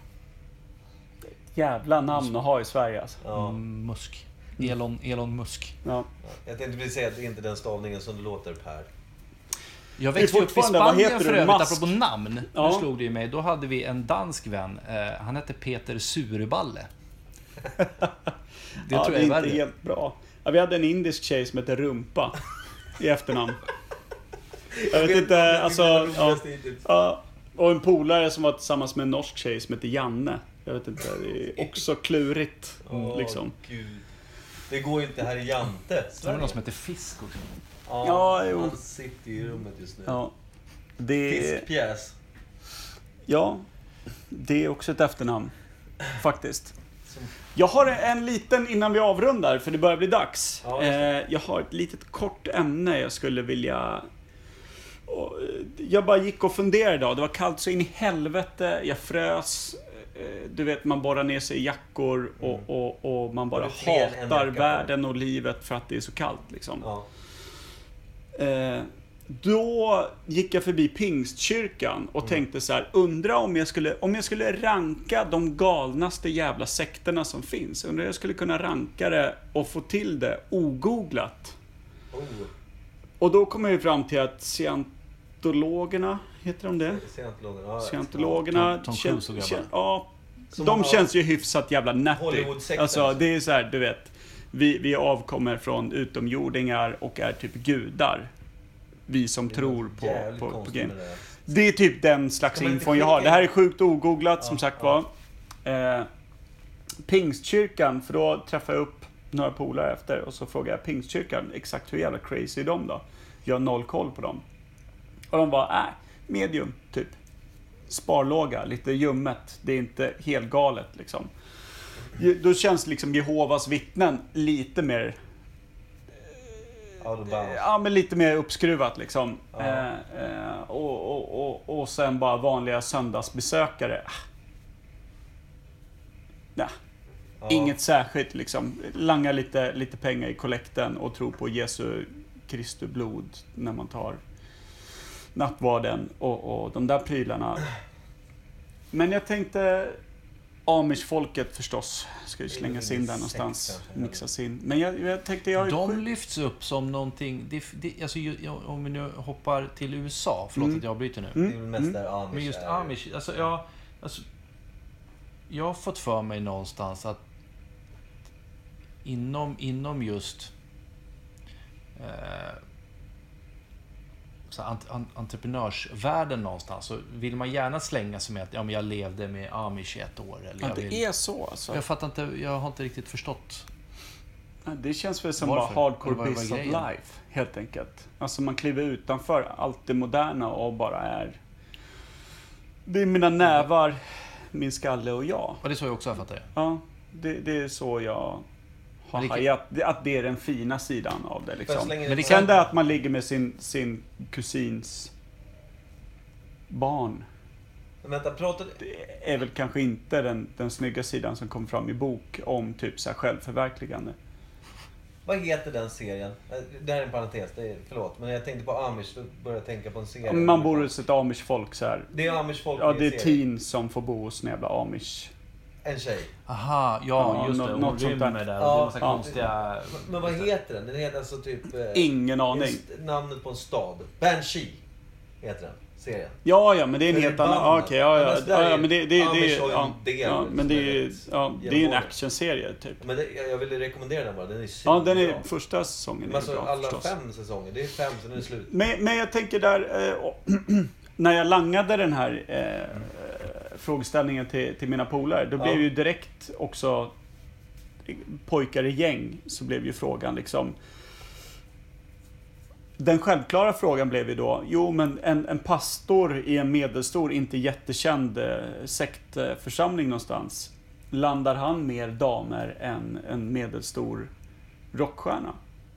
Jävla namn att ha i Sverige alltså. Ja. Mm, Musk. Elon, Elon Musk. Ja. Jag tänkte precis säga att det är inte den stavningen som det låter Per. Jag Det är växte upp i fortfarande, vad Spanien heter för du? övrigt, Musk? apropå namn. Ja. Nu slog det ju mig. Då hade vi en dansk vän. Eh, han hette Peter Surballe. Det ja, tror det jag är är inte värre. helt bra. Ja, vi hade en indisk tjej som hette Rumpa i efternamn. Jag vet inte, alltså... Ja, ja, och en polare som var tillsammans med en norsk tjej som heter Janne. Jag vet inte, det är också klurigt. Åh, Liksom. Gud. Det går ju inte här i Jante. Så var det någon som hette Fisk också. Ja, Ja, jo. han sitter i rummet just nu. Ja. Det, Fiskpjäs. ja, det är också ett efternamn. Faktiskt. Som- Jag har en liten innan vi avrundar, för det börjar bli dags. Ja, just det. eh, jag har ett litet kort ämne jag skulle vilja... Och, eh, jag bara gick och funderade idag. Det var kallt så in i helvete. Jag frös. Eh, Du vet, man borrar ner sig i jackor och, Mm. och, och man bara Har du fler än en hatar jacka på? världen och livet för att det är så kallt. Liksom. Ja. Eh, då gick jag förbi Pingstkyrkan och Mm. tänkte så här, undra om jag skulle om jag skulle ranka de galnaste jävla sekterna som finns. Undrar om jag skulle kunna ranka det och få till det ogooglat. Oh. Och då kom jag ju fram till att scientologerna, heter de det? Scientologerna. Ja, Scientologerna, Tom- Tom kän- Cruise och grabbar. kän- ja, Som de har- känns ju hyfsat jävla natty. Hollywood-sekten. Alltså det är så här, du vet, vi, vi avkommer från utomjordingar och är typ gudar. Vi som Det är tror något på, jävligt på, på konstigt game. med det. Det är typ den slags Ska man inte infon jag har. skicka Det här in- är sjukt ogooglat, som Ja, sagt ja. var. Eh, Pingstkyrkan, för då träffade jag upp några polare efter och så frågade jag Pingstkyrkan, exakt hur jävla crazy är de då? Jag har noll koll på dem. Och de var, äh, medium, typ. Sparlåga, lite ljummet. Det är inte helt galet, liksom. Ju- Då känns liksom Jehovas vittnen lite mer... Out of bounds. Ja, men lite mer uppskruvat liksom. Ja. Eh, eh, och, och, och, och sen bara vanliga söndagsbesökare. Ah. Nej, Ja. inget särskilt liksom. Langa lite, lite pengar i kollekten och tro på Jesu Kristi blod när man tar nattvarden och, och de där prylarna. Men jag tänkte Amish-folket förstås ska ju Det är slängas väl in där ingen någonstans. sex kanske, Mixas in. Men jag, jag tänkte jag... De lyfts upp som någonting... Det, det, alltså, ju- ja, om vi nu hoppar till U S A, förlåt Mm. att jag bryter nu. Det är väl mest där Amish Men just är. Amish, alltså jag, alltså, jag har fått för mig någonstans att inom, inom just eh, så ant, ant, entreprenörsvärlden någonstans så vill man gärna slänga sig med att ja, men jag levde med Amish i ett år. Eller Ja, jag, det vill, är så alltså. jag fattar inte, jag har inte riktigt förstått. Det känns väl som Varför? bara hardcore Vad var piece of grejen? life, helt enkelt. Alltså man kliver utanför allt det moderna och bara är... Det är mina nävar, min skalle och jag. Och det är så jag också har fattat det. Ja, det, det är så jag har Men det kan- hajat. Det- Att det är den fina sidan av det Får jag liksom. slänga in Men det ett- Sen det att man ligger med sin, sin kusins barn. Men vänta, pratade... Det är väl kanske inte den, den snygga sidan som kom fram i bok om typ så här självförverkligande. Vad heter den serien? Eh, Det här är en parentes, det är, förlåt. Men jag tänkte på Amish, då började jag tänka på en serie. Man bor hos ett amish folk så här. Det är Amish folk Ja, i det är serien. teens som får bo hos en jävla amish. En tjej. Aha, ja, Ja, just nå- det. något Hon sånt där. rymmer där. Ja, det är massa ja. konstiga... Men, men vad heter den? Den heter alltså typ... eh, Ingen aning. just namnet på en stad. Banshee heter den, serien. Ja, ja, men det är en helt Förbannat. annan... Ja, okej, ja, Men ja, alltså, där ja, är ja, men det, det, det, Amish det har ju ja, en del ja, men det är ju som är ja, rätt det är en genomgående. actionserie typ. Men det, jag, jag ville rekommendera den bara, den är Ja, den är svinbra. första säsongen Men är alltså bra alla förstås. fem säsonger, det är fem, sen är det slut. Men, men jag tänker där, eh, när jag langade den här eh, frågeställningen till, till mina polare, då blev Ja. ju direkt också pojkar i gäng, så blev ju frågan liksom... Den självklara frågan blev ju då, jo men en, en pastor i en medelstor, inte jättekänd eh, sektförsamling någonstans, landar han mer damer än en medelstor rockstjärna?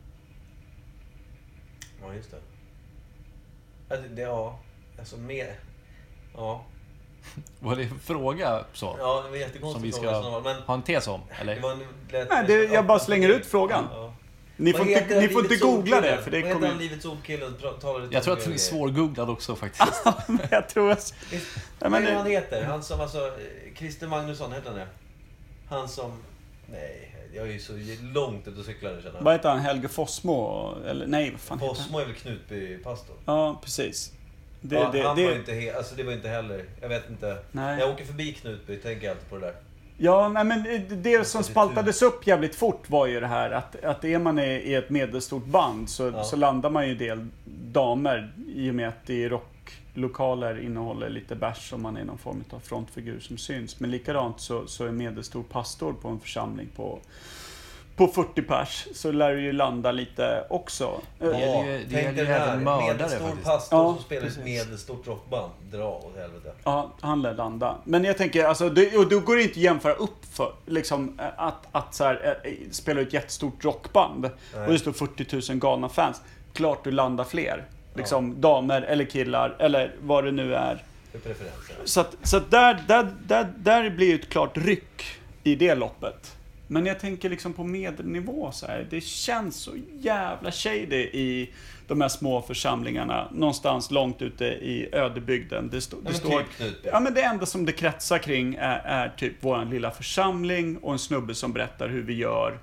Ja, just det. Alltså, det ja, alltså med... Ja. Var det en fråga så? Ja, det var jättekonstigt Som vi fråga, ska- så det var- men Ha en tes om? Eller? det var en lätt... Nej, det, jag bara slänger ut frågan. Ja. Ni Vad får inte, heter ni får inte Livets googla ordkillen? det, för det Vad heter kommer han, Livets ordkillen? Pra- talar lite Jag tror om att den är grejer. svårgooglad också faktiskt. jag tror att... Visst, Nej, Vad men är det det- han heter? Han som alltså... eh, Christer Magnusson, heter han det? Han som... Nej, jag är ju så långt ut och cyklar nu, känner jag. Vad heter han? Helge Fossmo? Eller nej, vad fan heter han? Fossmo är väl Knutby-pastor? Ja, precis. Det, Ja, det, han det, var inte he- alltså det var inte heller... Jag vet inte. Nej. När jag åker förbi Knutby tänker jag alltid på det där. Ja, nej, men det- det som det är spaltades upp jävligt fort var ju det här att, att är man i i ett medelstort band så, Ja. så landar man ju en del damer i och med att det i rocklokaler innehåller lite bärs och man är någon form av frontfigur som syns. Men likadant så, så är medelstor pastor på en församling på, på fyrtio pers så lär det ju landa lite också. Det gäller ju- det tänk gäller dig ju det här, även mördare medelstor faktiskt. pastor Ja, som spelar i ett precis. medelstort rockband. Dra åt helvete. Ja, han lär landa. Men jag tänker, alltså, det, och då går det inte att jämföra upp för liksom, eh, att, att så här, eh, spela ett jättestort rockband Nej. och det står fyrtio tusen galna fans. Klart du landar fler. Liksom damer eller killar eller vad det nu är. För preferenser. Så, att, så att där, där, där, där blir ju ett klart ryck i det loppet. Men jag tänker liksom på medelnivå så här. Det känns så jävla shady i de här små församlingarna. Någonstans långt ute i ödebygden. Det, stå, det men står... typ Knutby. Ja, men det enda som det kretsar kring är, är typ våran lilla församling och en snubbe som berättar hur vi gör.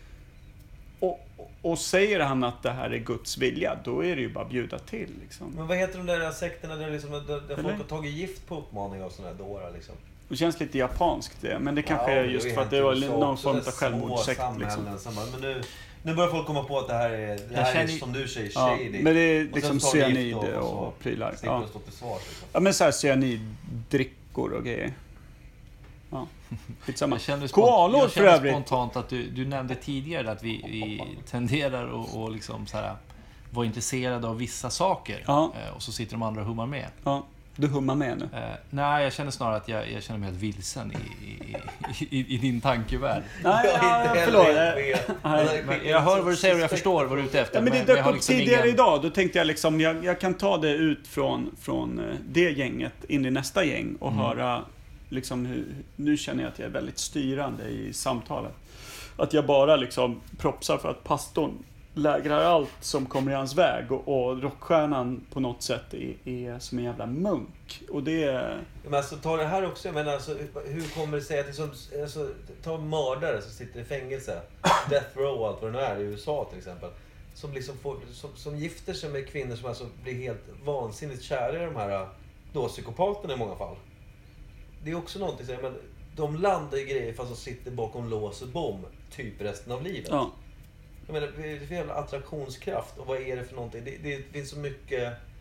Och, och, och säger han att det här är Guds vilja, då är det ju bara att bjuda till liksom. Men vad heter de där sekterna där, liksom, där, där Eller? folk har tagit gift på uppmaning av såna här dårar liksom? Det känns lite japanskt det, men det kanske Ja, är det just har ju för att hänt det i var U S A någon också, form av så här självmordssekt små liksom. samhällen, samma- Men nu, nu börjar folk komma på att det här är, det Jag här är känner- som du säger, Ja, shady. men det är Och liksom sen tar det gift cyanid och- och så och prylar. slipper Ja. att stå till svars liksom. Ja, men såhär cyaniddrickor och grejer. Ja, skitsamma. Jag kände, spont- Koalor jag för kände övrigt. spontant att du, du nämnde tidigare att vi, vi tenderar att och liksom så här, vara intresserade av vissa saker. Ja. Eh, och så sitter de andra och hummar med. Ja, du hummar med nu. Eh, nej, jag känner snarare att jag, jag känner mig helt vilsen i, i, i, i din tankevärld. Nej, Jag är inte ja, heller förlåt. helt med. Nej, Men jag hör vad du säger och jag förstår vad du är ute efter. Ja, men det jag dök har upp liksom tidigare ingen- idag. Då tänkte jag liksom, jag, jag kan ta det ut från, från eh, det gänget in i nästa gäng och Mm. höra liksom hur, nu känner jag att jag är väldigt styrande i samtalet. Att jag bara liksom propsar för att pastorn lägrar allt som kommer i hans väg och, och rockstjärnan på något sätt är, är som en jävla munk. Och det... Men alltså ta det här också, jag menar alltså, hur kommer det sig att det som, alltså, ta mördare som sitter i fängelse, death row och allt vad det nu är i U S A till exempel, som liksom får, som, som gifter sig med kvinnor som alltså blir helt vansinnigt kära i de här då psykopaterna i många fall. Det är också någonting så här, men de landar i grejer fast de sitter bakom lås och bom typ resten av livet. Ja. Jag menar, det är för jävla attraktionskraft och vad är det för någonting? Det, det finns så mycket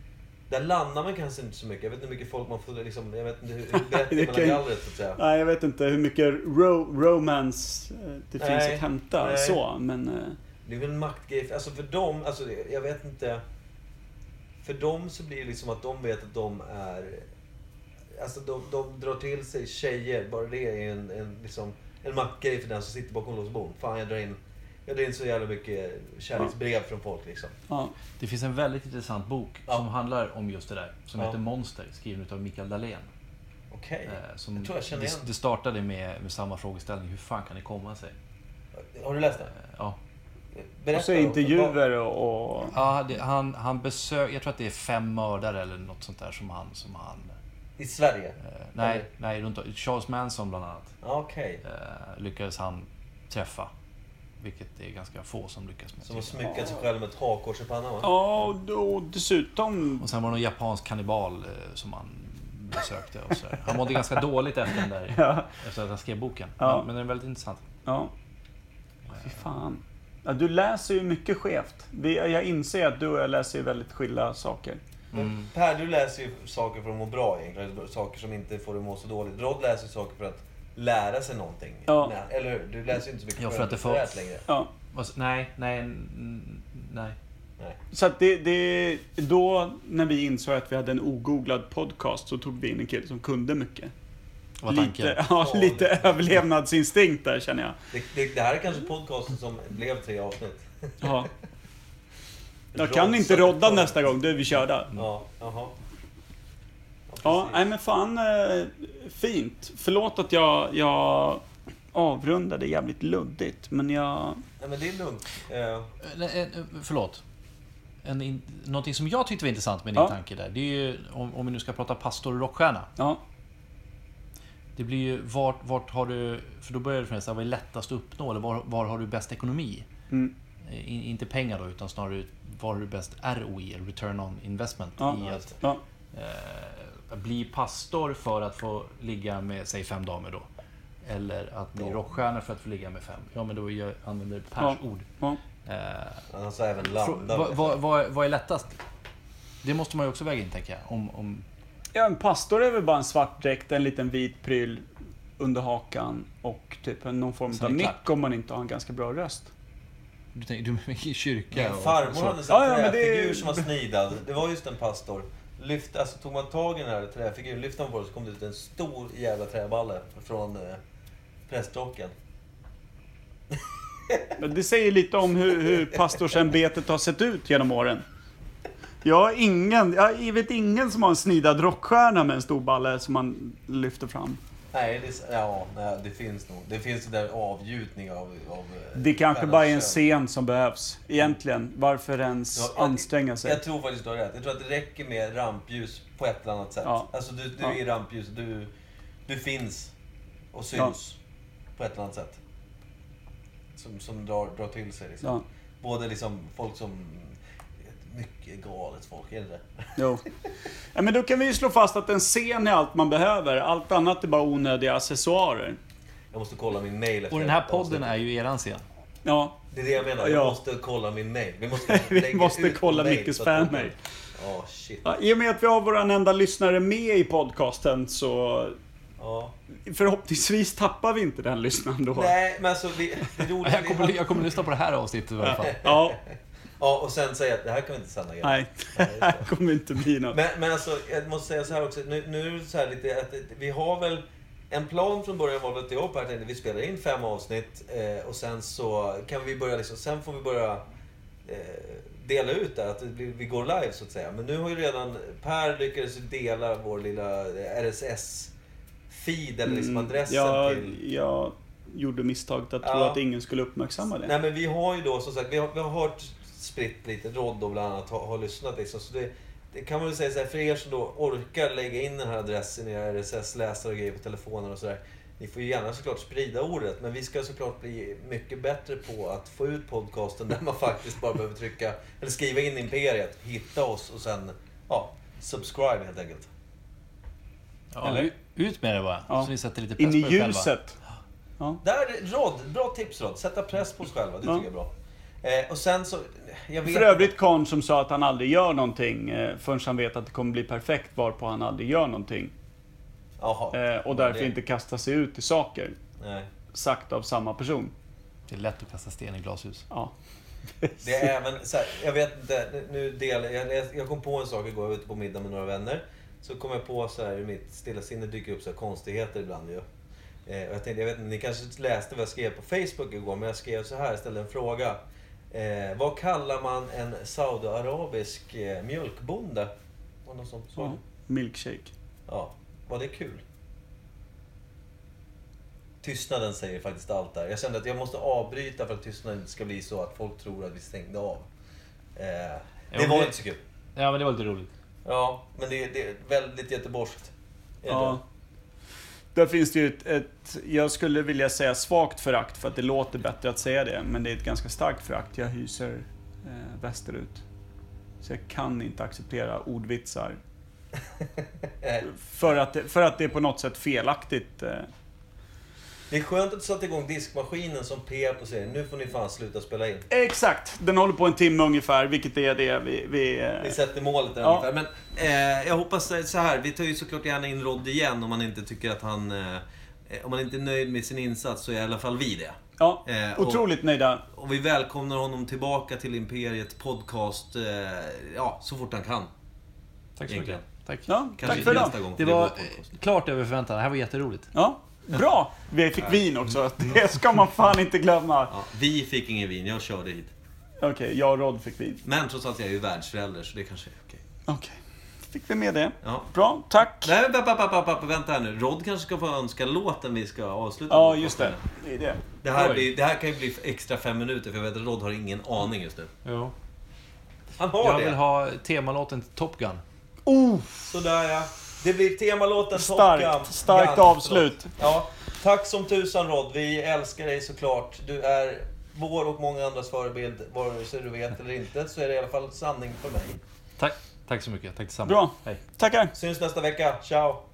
Där landar man kanske inte så mycket. Jag vet inte hur mycket folk man får liksom, jag vet inte hur, hur brett Det man kan- har gallret så att säga. Nej, jag vet inte hur mycket ro- romance eh, det finns Nej, att hämta nej. så, men... eh, Det är väl en maktgrej. Alltså för dem, alltså jag vet inte. För dem så blir det liksom att de vet att de är... Alltså de, de drar till sig tjejer. Bara det är en, en, liksom, en maktgrej för den som sitter bakom lås och bom. Fan, jag drar in... Jag drar in så jävla mycket kärleksbrev från folk liksom. Ja. Det finns en väldigt intressant bok Ja. som handlar om just det där. Som Ja. heter Monster, skriven av Mikael Dahlén. Okej. Eh, som Jag tror jag känner det, igen. det startade med, med samma frågeställning. Hur fan kan det komma sig? Har du läst Eh, den? ja. Berätta Och så då. intervjuer och... och Ja, det, han, han besök, jag tror att det är fem mördare eller något sånt där som han... Som han I Sverige? eh, nej, Eller? nej, runt Charles Manson bland annat. Ja, okej. Eh, lyckades han träffa. Vilket det är ganska få som lyckas med. Som har tycker jag. smyckat sig själv med ett hakkors i pannan va? Ja, och, och dessutom... Och sen var det någon japansk kannibal eh, som han besökte. Och så där. Han mådde ganska dåligt efter den där, Ja, efter att han skrev boken. Ja. Men, men den är väldigt intressant. ja. Fy fan. Ja, du läser ju mycket skevt. Vi, jag inser att du och jag läser ju väldigt skilda saker. Men Per, du läser ju saker för att må bra egentligen. Saker som inte får dig att må så dåligt. Rod läser ju saker för att lära sig någonting. Ja. Nej, eller hur? Du läser ju inte så mycket Ja, för att det får- skönlitterärt längre. Ja. Och så- Nej, nej, n- nej. Nej. Så att det, det... Då, när vi insåg att vi hade en ogooglad podcast, så tog vi in en kille som kunde mycket. Vad var tanken? Lite, ja, lite överlevnadsinstinkt där, känner jag. Det, det, det här är kanske podcasten som blev tre avsnitt. Ja. Jag kan inte rodda nästa gång, då är vi körda. Ja, jaha. Ja, precis. nej men fan, eh, fint. Förlåt att jag, jag avrundade jävligt luddigt, men jag... Nej, men det är lugnt. Eh, Eh, eh, Förlåt. En, in, någonting som jag tyckte var intressant med din Ja. tanke där. Det är ju, om, om vi nu ska prata pastor och rockstjärna. Ja, Det blir ju, vart, vart har du... För då börjar det från vad är lättast att uppnå? Eller var, var har du bäst ekonomi? mm, Eh, In, inte pengar då, utan snarare var har du bäst R O I, eller Return on Investment, Ja. i att ja, eh, bli pastor för att få ligga med, säg fem damer då. Eller att bli Ja. rockstjärna för att få ligga med fem. Ja, men då jag använder Pers Ja. ord. ja. Eh, han sa även Frå- landa. vad, vad, vad, vad är lättast? Det måste man ju också väga in, tänker jag. Om, om, Ja, en pastor är väl bara en svart dräkt, en liten vit pryl under hakan och typ någon form Sen av är det mick klart. om man inte har en ganska bra röst. du tänker, du är i kyrka Min och- farmor så. hade en sån Ja, ja, men det- träfigur som var snidad. Det var just en pastor. Lyft, alltså, tog man tag i den här träfiguren, lyfte man på det, så kom det ut en stor jävla träballe från eh, prästrocken. Men det säger lite om hur, hur pastorsämbetet har sett ut genom åren. Jag har ingen, jag vet ingen som har en snidad rockstjärna med en stor balle som man lyfter fram. Nej, det, är- ja, nej, det finns nog. Det finns det där avgjutning av... av eh, Det kanske stjärnans bara är en kön. scen som behövs. Egentligen, varför ens Ja, jag- anstränga sig? Jag tror faktiskt du har rätt. Jag tror att det räcker med rampljus på ett eller annat sätt. Ja. Alltså du, du Ja. är i rampljus, du, du finns och syns på ett eller annat sätt. Som, som drar, drar till sig liksom. Ja, Både liksom folk som... Mycket galet folk, är det det? jo. Ja, men då kan vi ju slå fast att en scen är allt man behöver. Allt annat är bara onödiga accessoarer. Jag måste kolla min mail efter Och den här ett podden avsnitt. är ju eran scen. Ja, Det är det jag menar, jag Ja. måste kolla min mail. Vi måste, vi lägga måste ut kolla mail Mickes så att de- fanmail. Ja, shit. Ja, i och med att vi har våran enda lyssnare med i podcasten så Ja. förhoppningsvis tappar vi inte den lyssnaren då. Nej, men alltså vi, det roliga... Jag vi kommer, hade- jag kommer lyssna på det här avsnittet i alla fall. Ja, Ja, och sen säga att det här kan vi inte sända igen. nej. Nej, Det här just det. kommer inte bli något. Men, men alltså, jag måste säga så här också. Nu, nu är det så här lite att vi har väl... En plan från början var väl att jag här tänkte vi spelar in fem avsnitt eh, och sen så kan vi börja liksom, sen får vi börja eh, dela ut det, att det blir, vi går live så att säga. Men nu har ju redan Per lyckades dela vår lilla R S S-feed eller liksom adressen jag, till... jag gjorde misstaget att tro Ja. att ingen skulle uppmärksamma det. Nej men vi har ju då som sagt, vi har, vi har hört spritt lite, Rod och bland annat har, har lyssnat liksom. Så det, det kan man väl säga så här, för er som då orkar lägga in den här adressen i R S S-läsare och grejer på telefonen och sådär. Ni får ju gärna såklart sprida ordet, men vi ska såklart bli mycket bättre på att få ut podcasten där man faktiskt bara behöver trycka, eller skriva in Imperiet, hitta oss och sen, ja, subscribe helt enkelt. Ja, Eller? ut med det bara. Ja. Så vi sätter lite In press i på er själva. ljuset. Där, Rod, bra tips Rod, sätta press på oss själva, det Ja. tycker jag är bra. Eh, och sen så... Jag vet För övrigt Karn som sa att han aldrig gör någonting eh, förrän han vet att det kommer bli perfekt, varpå han aldrig gör någonting. Jaha. Eh, och därför det... inte kastar sig ut i saker. Nej. Sagt av samma person. Det är lätt att kasta sten i glashus. Ja. Det är även så här, jag vet inte, nu delar jag, jag kom på en sak igår, jag var ute på middag med några vänner. Så kom jag på så här, i mitt stilla sinne dyker upp så här konstigheter ibland ju. Eh, och jag tänkte, jag vet inte, ni kanske läste vad jag skrev på Facebook igår, men jag skrev så här, jag ställde en fråga. Eh, vad kallar man en saudiarabisk eh, mjölkbonde? Var det någon som sa? Ja. Milkshake. Ja, var det kul? Tystnaden säger faktiskt allt där. Jag kände att jag måste avbryta för att tystnaden inte ska bli så att folk tror att vi stängde av. Eh, det Ja, var det- inte så kul. Ja, men det var lite roligt. Ja, men det, det är väldigt göteborgskt. Är det? Ja. Där finns det ju ett, ett, jag skulle vilja säga svagt förakt för att det låter bättre att säga det. Men det är ett ganska starkt förakt jag hyser eh, västerut. Så jag kan inte acceptera ordvitsar. Eh, För att, det, för att det är på något sätt felaktigt. Eh. Det är skönt att du satte igång diskmaskinen som P på serien. Nu får ni fan sluta spela in. Exakt, den håller på en timme ungefär, vilket är det vi... vi eh. Vi sätter målet där Ja. ungefär. Men eh, jag hoppas så här. Vi tar ju såklart gärna in Rod igen om man inte tycker att han... Eh, om man inte är nöjd med sin insats så är i alla fall vi det. Ja, Eh, och- otroligt nöjda. Och vi välkomnar honom tillbaka till Imperiet podcast. Eh, ja, så fort han kan. Tack så Egentligen. mycket. Tack. Ja, Kanske tack för inte idag. nästa gång. Det för är var vår podcast. eh, klart över förväntan. Det här var jätteroligt. Ja, bra. Vi fick vin också. Det ska man fan inte glömma. Ja, vi fick ingen vin, jag körde hit. Okej, jag och Rod fick vin. Men trots allt jag är ju världsförälder så det kanske är okej. Okej, fick vi med det. Ja. Bra, tack. Nej men pappa, pappa, pappa, vänta här nu. Rod kanske ska få önska låten vi ska avsluta Ja, med. just det. Det är det. Det här, Oj. blir, det här kan ju bli extra fem minuter för jag vet att Rod har ingen aning just nu. Jo. Han har Jag det. vill ha temalåten till Top Gun. Oh, Sådär ja. Det blir temalåten Top Starkt, Gun. starkt Gun, avslut. förlåt. Ja, tack som tusan Rod. Vi älskar dig såklart. Du är vår och många andras förebild. Vare sig du vet eller inte så är det i alla fall sanning för mig. Tack. Tack så mycket. Tack detsamma. bra. Hej. Tackar. Syns nästa vecka. Ciao!